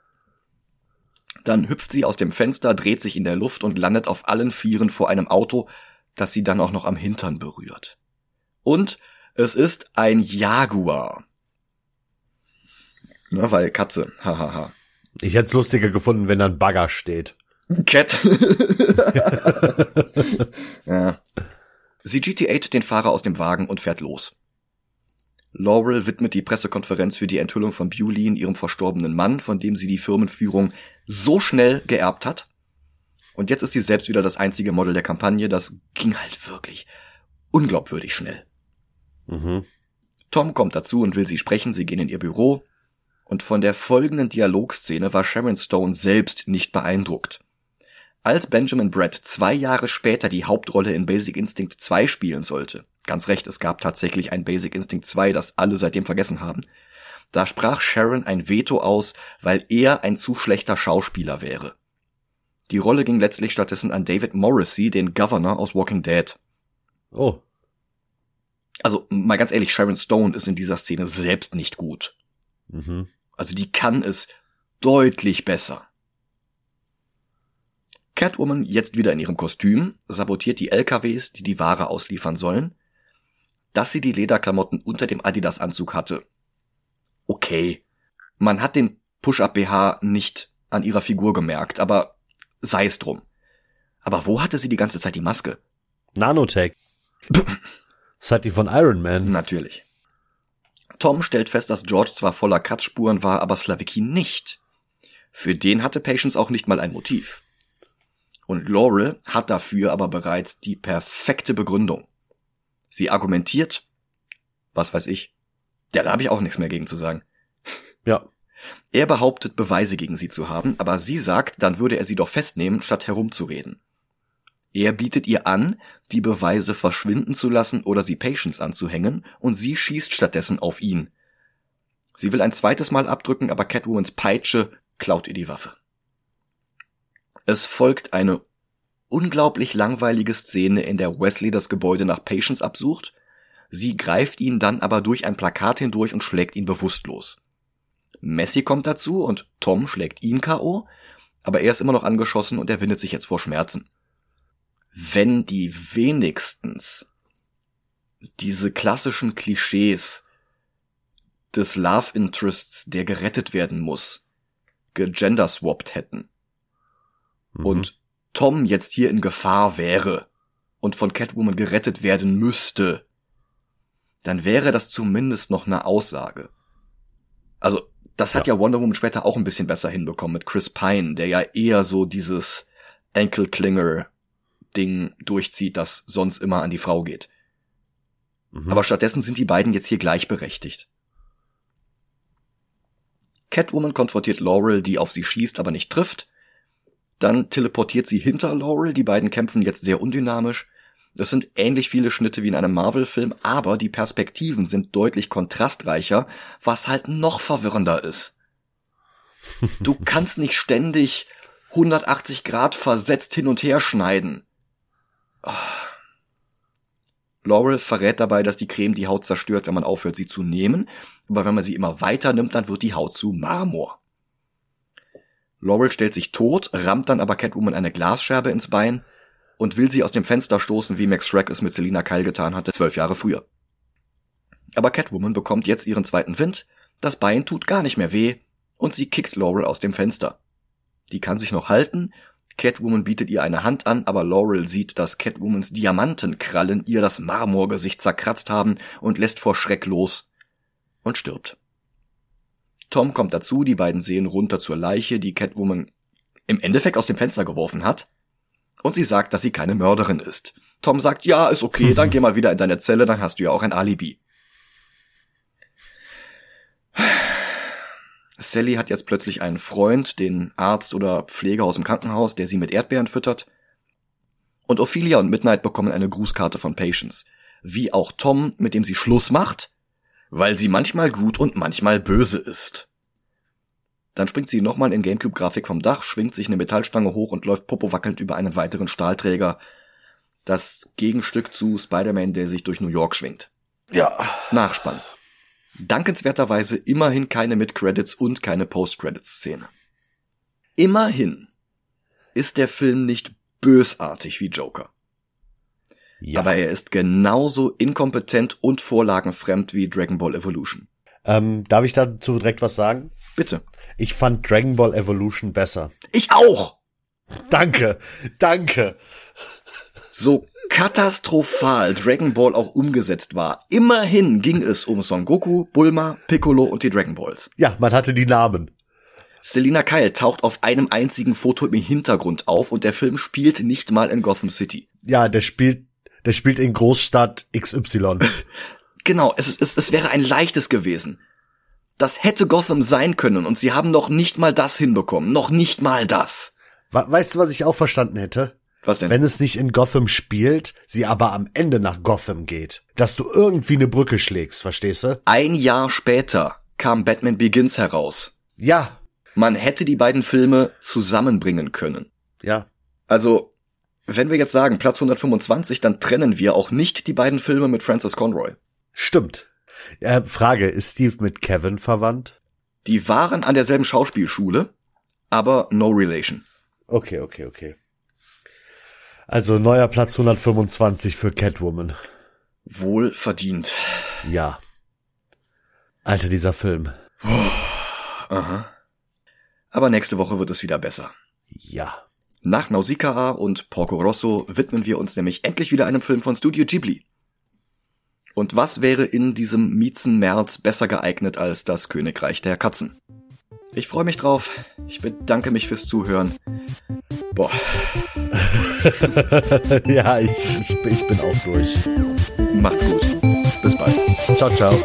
Dann hüpft sie aus dem Fenster, dreht sich in der Luft und landet auf allen Vieren vor einem Auto, das sie dann auch noch am Hintern berührt. Und es ist ein Jaguar. Na, weil Katze, hahaha. Ich hätte es lustiger gefunden, wenn da ein Bagger steht. Cat. Ja. Sie GTA den Fahrer aus dem Wagen und fährt los. Laurel widmet die Pressekonferenz für die Enthüllung von Bioline ihrem verstorbenen Mann, von dem sie die Firmenführung so schnell geerbt hat. Und jetzt ist sie selbst wieder das einzige Model der Kampagne. Das ging halt wirklich unglaubwürdig schnell. Mhm. Tom kommt dazu und will sie sprechen. Sie gehen in ihr Büro. Und von der folgenden Dialogszene war Sharon Stone selbst nicht beeindruckt. Als Benjamin Bratt 2 Jahre später die Hauptrolle in Basic Instinct 2 spielen sollte, ganz recht, es gab tatsächlich ein Basic Instinct 2, das alle seitdem vergessen haben, da sprach Sharon ein Veto aus, weil er ein zu schlechter Schauspieler wäre. Die Rolle ging letztlich stattdessen an David Morrissey, den Governor aus Walking Dead. Oh. Also, mal ganz ehrlich, Sharon Stone ist in dieser Szene selbst nicht gut. Mhm. Also die kann es deutlich besser. Catwoman, jetzt wieder in ihrem Kostüm, sabotiert die LKWs, die die Ware ausliefern sollen. Dass sie die Lederklamotten unter dem Adidas-Anzug hatte. Okay. Man hat den Push-Up-BH nicht an ihrer Figur gemerkt, aber sei es drum. Aber wo hatte sie die ganze Zeit die Maske? Nanotech. Das hat die von Iron Man. Natürlich. Tom stellt fest, dass George zwar voller Kratzspuren war, aber Slavicki nicht. Für den hatte Patience auch nicht mal ein Motiv. Und Laurel hat dafür aber bereits die perfekte Begründung. Sie argumentiert, was weiß ich, da habe ich auch nichts mehr gegen zu sagen. Ja. Er behauptet, Beweise gegen sie zu haben, aber sie sagt, dann würde er sie doch festnehmen, statt herumzureden. Er bietet ihr an, die Beweise verschwinden zu lassen oder sie Patience anzuhängen, und sie schießt stattdessen auf ihn. Sie will ein zweites Mal abdrücken, aber Catwomans Peitsche klaut ihr die Waffe. Es folgt eine unglaublich langweilige Szene, in der Wesley das Gebäude nach Patience absucht. Sie greift ihn dann aber durch ein Plakat hindurch und schlägt ihn bewusstlos. Messi kommt dazu und Tom schlägt ihn K.O., aber er ist immer noch angeschossen und er windet sich jetzt vor Schmerzen. Wenn die wenigstens diese klassischen Klischees des Love Interests, der gerettet werden muss, gegenderswappt hätten und Tom jetzt hier in Gefahr wäre und von Catwoman gerettet werden müsste, dann wäre das zumindest noch eine Aussage. Also, das hat ja Wonder Woman später auch ein bisschen besser hinbekommen mit Chris Pine, der ja eher so dieses Ankle-Clinger-Ding durchzieht, das sonst immer an die Frau geht. Aber stattdessen sind die beiden jetzt hier gleichberechtigt. Catwoman konfrontiert Laurel, die auf sie schießt, aber nicht trifft. Dann teleportiert sie hinter Laurel, die beiden kämpfen jetzt sehr undynamisch. Es sind ähnlich viele Schnitte wie in einem Marvel-Film, aber die Perspektiven sind deutlich kontrastreicher, was halt noch verwirrender ist. Du kannst nicht ständig 180 Grad versetzt hin und her schneiden. Laurel verrät dabei, dass die Creme die Haut zerstört, wenn man aufhört, sie zu nehmen, aber wenn man sie immer weiter nimmt, dann wird die Haut zu Marmor. Laurel stellt sich tot, rammt dann aber Catwoman eine Glasscherbe ins Bein und will sie aus dem Fenster stoßen, wie Max Schreck es mit Selina Kyle getan hatte, 12 Jahre früher. Aber Catwoman bekommt jetzt ihren zweiten Wind, das Bein tut gar nicht mehr weh und sie kickt Laurel aus dem Fenster. Die kann sich noch halten, Catwoman bietet ihr eine Hand an, aber Laurel sieht, dass Catwomans Diamantenkrallen ihr das Marmorgesicht zerkratzt haben und lässt vor Schreck los und stirbt. Tom kommt dazu, die beiden sehen runter zur Leiche, die Catwoman im Endeffekt aus dem Fenster geworfen hat. Und sie sagt, dass sie keine Mörderin ist. Tom sagt, ja, ist okay, dann geh mal wieder in deine Zelle, dann hast du ja auch ein Alibi. Sally hat jetzt plötzlich einen Freund, den Arzt oder Pfleger aus dem Krankenhaus, der sie mit Erdbeeren füttert. Und Ophelia und Midnight bekommen eine Grußkarte von Patience. Wie auch Tom, mit dem sie Schluss macht, weil sie manchmal gut und manchmal böse ist. Dann springt sie nochmal in Gamecube-Grafik vom Dach, schwingt sich eine Metallstange hoch und läuft popowackelnd über einen weiteren Stahlträger. Das Gegenstück zu Spider-Man, der sich durch New York schwingt. Ja. Nachspann. Dankenswerterweise immerhin keine Mid-Credits und keine Post-Credits-Szene. Immerhin ist der Film nicht bösartig wie Joker. Ja. Aber er ist genauso inkompetent und vorlagenfremd wie Dragon Ball Evolution. Darf ich dazu direkt was sagen? Bitte. Ich fand Dragon Ball Evolution besser. Ich auch! Danke. So katastrophal Dragon Ball auch umgesetzt war, immerhin ging es um Son Goku, Bulma, Piccolo und die Dragon Balls. Ja, man hatte die Namen. Selina Kyle taucht auf einem einzigen Foto im Hintergrund auf und der Film spielt nicht mal in Gotham City. Ja, der spielt in Großstadt XY. Genau, es wäre ein leichtes gewesen. Das hätte Gotham sein können und sie haben noch nicht mal das hinbekommen. Noch nicht mal das. Weißt du, was ich auch verstanden hätte? Was denn? Wenn es nicht in Gotham spielt, sie aber am Ende nach Gotham geht. Dass du irgendwie eine Brücke schlägst, verstehst du? Ein Jahr später kam Batman Begins heraus. Ja. Man hätte die beiden Filme zusammenbringen können. Ja. Also, wenn wir jetzt sagen Platz 125, dann trennen wir auch nicht die beiden Filme mit Francis Conroy. Stimmt. Frage, ist Steve mit Kevin verwandt? Die waren an derselben Schauspielschule, aber no relation. Okay. Also neuer Platz 125 für Catwoman. Wohl verdient. Ja. Alter, dieser Film. Aha. Aber nächste Woche wird es wieder besser. Ja. Nach Nausicaa und Porco Rosso widmen wir uns nämlich endlich wieder einem Film von Studio Ghibli. Und was wäre in diesem Miezen-März besser geeignet als das Königreich der Katzen? Ich freue mich drauf. Ich bedanke mich fürs Zuhören. Boah. Ja, ich bin auch durch. Macht's gut. Bis bald. Ciao, ciao.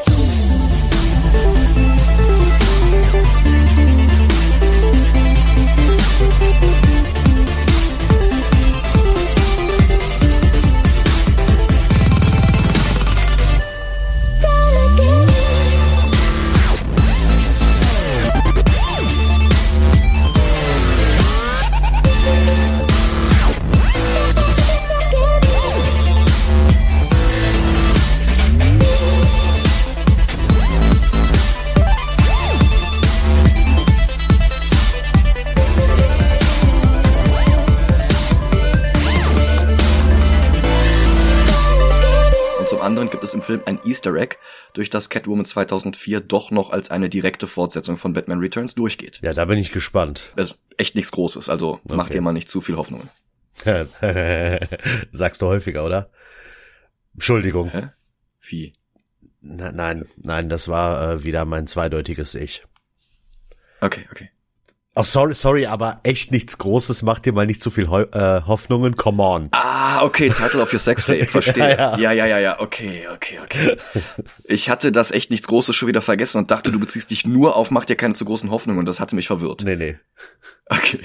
Gibt es im Film ein Easter Egg, durch das Catwoman 2004 doch noch als eine direkte Fortsetzung von Batman Returns durchgeht. Ja, da bin ich gespannt. Das ist echt nichts Großes, also mach dir mal nicht zu viel Hoffnungen. Sagst du häufiger, oder? Entschuldigung. Hä? Wie? Nein, das war wieder mein zweideutiges Ich. Okay. Oh, sorry, aber echt nichts Großes, mach dir mal nicht zu viel Hoffnungen, come on. Ah, okay, Title of your Sex Tape, verstehe. Ja, okay. Ich hatte das echt nichts Großes schon wieder vergessen und dachte, du beziehst dich nur auf mach dir keine zu großen Hoffnungen und das hatte mich verwirrt. Nee. Okay.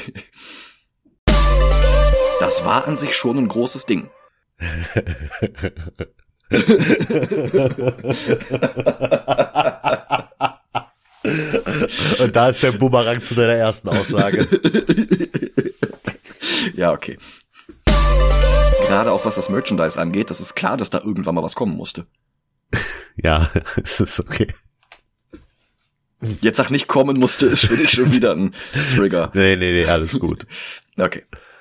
Das war an sich schon ein großes Ding. Und da ist der Bumerang zu deiner ersten Aussage. Ja, okay. Gerade auch was das Merchandise angeht, das ist klar, dass da irgendwann mal was kommen musste. Ja, es ist okay. Jetzt sag nicht kommen musste, ist für dich schon wieder ein Trigger. Nee, alles gut. Okay.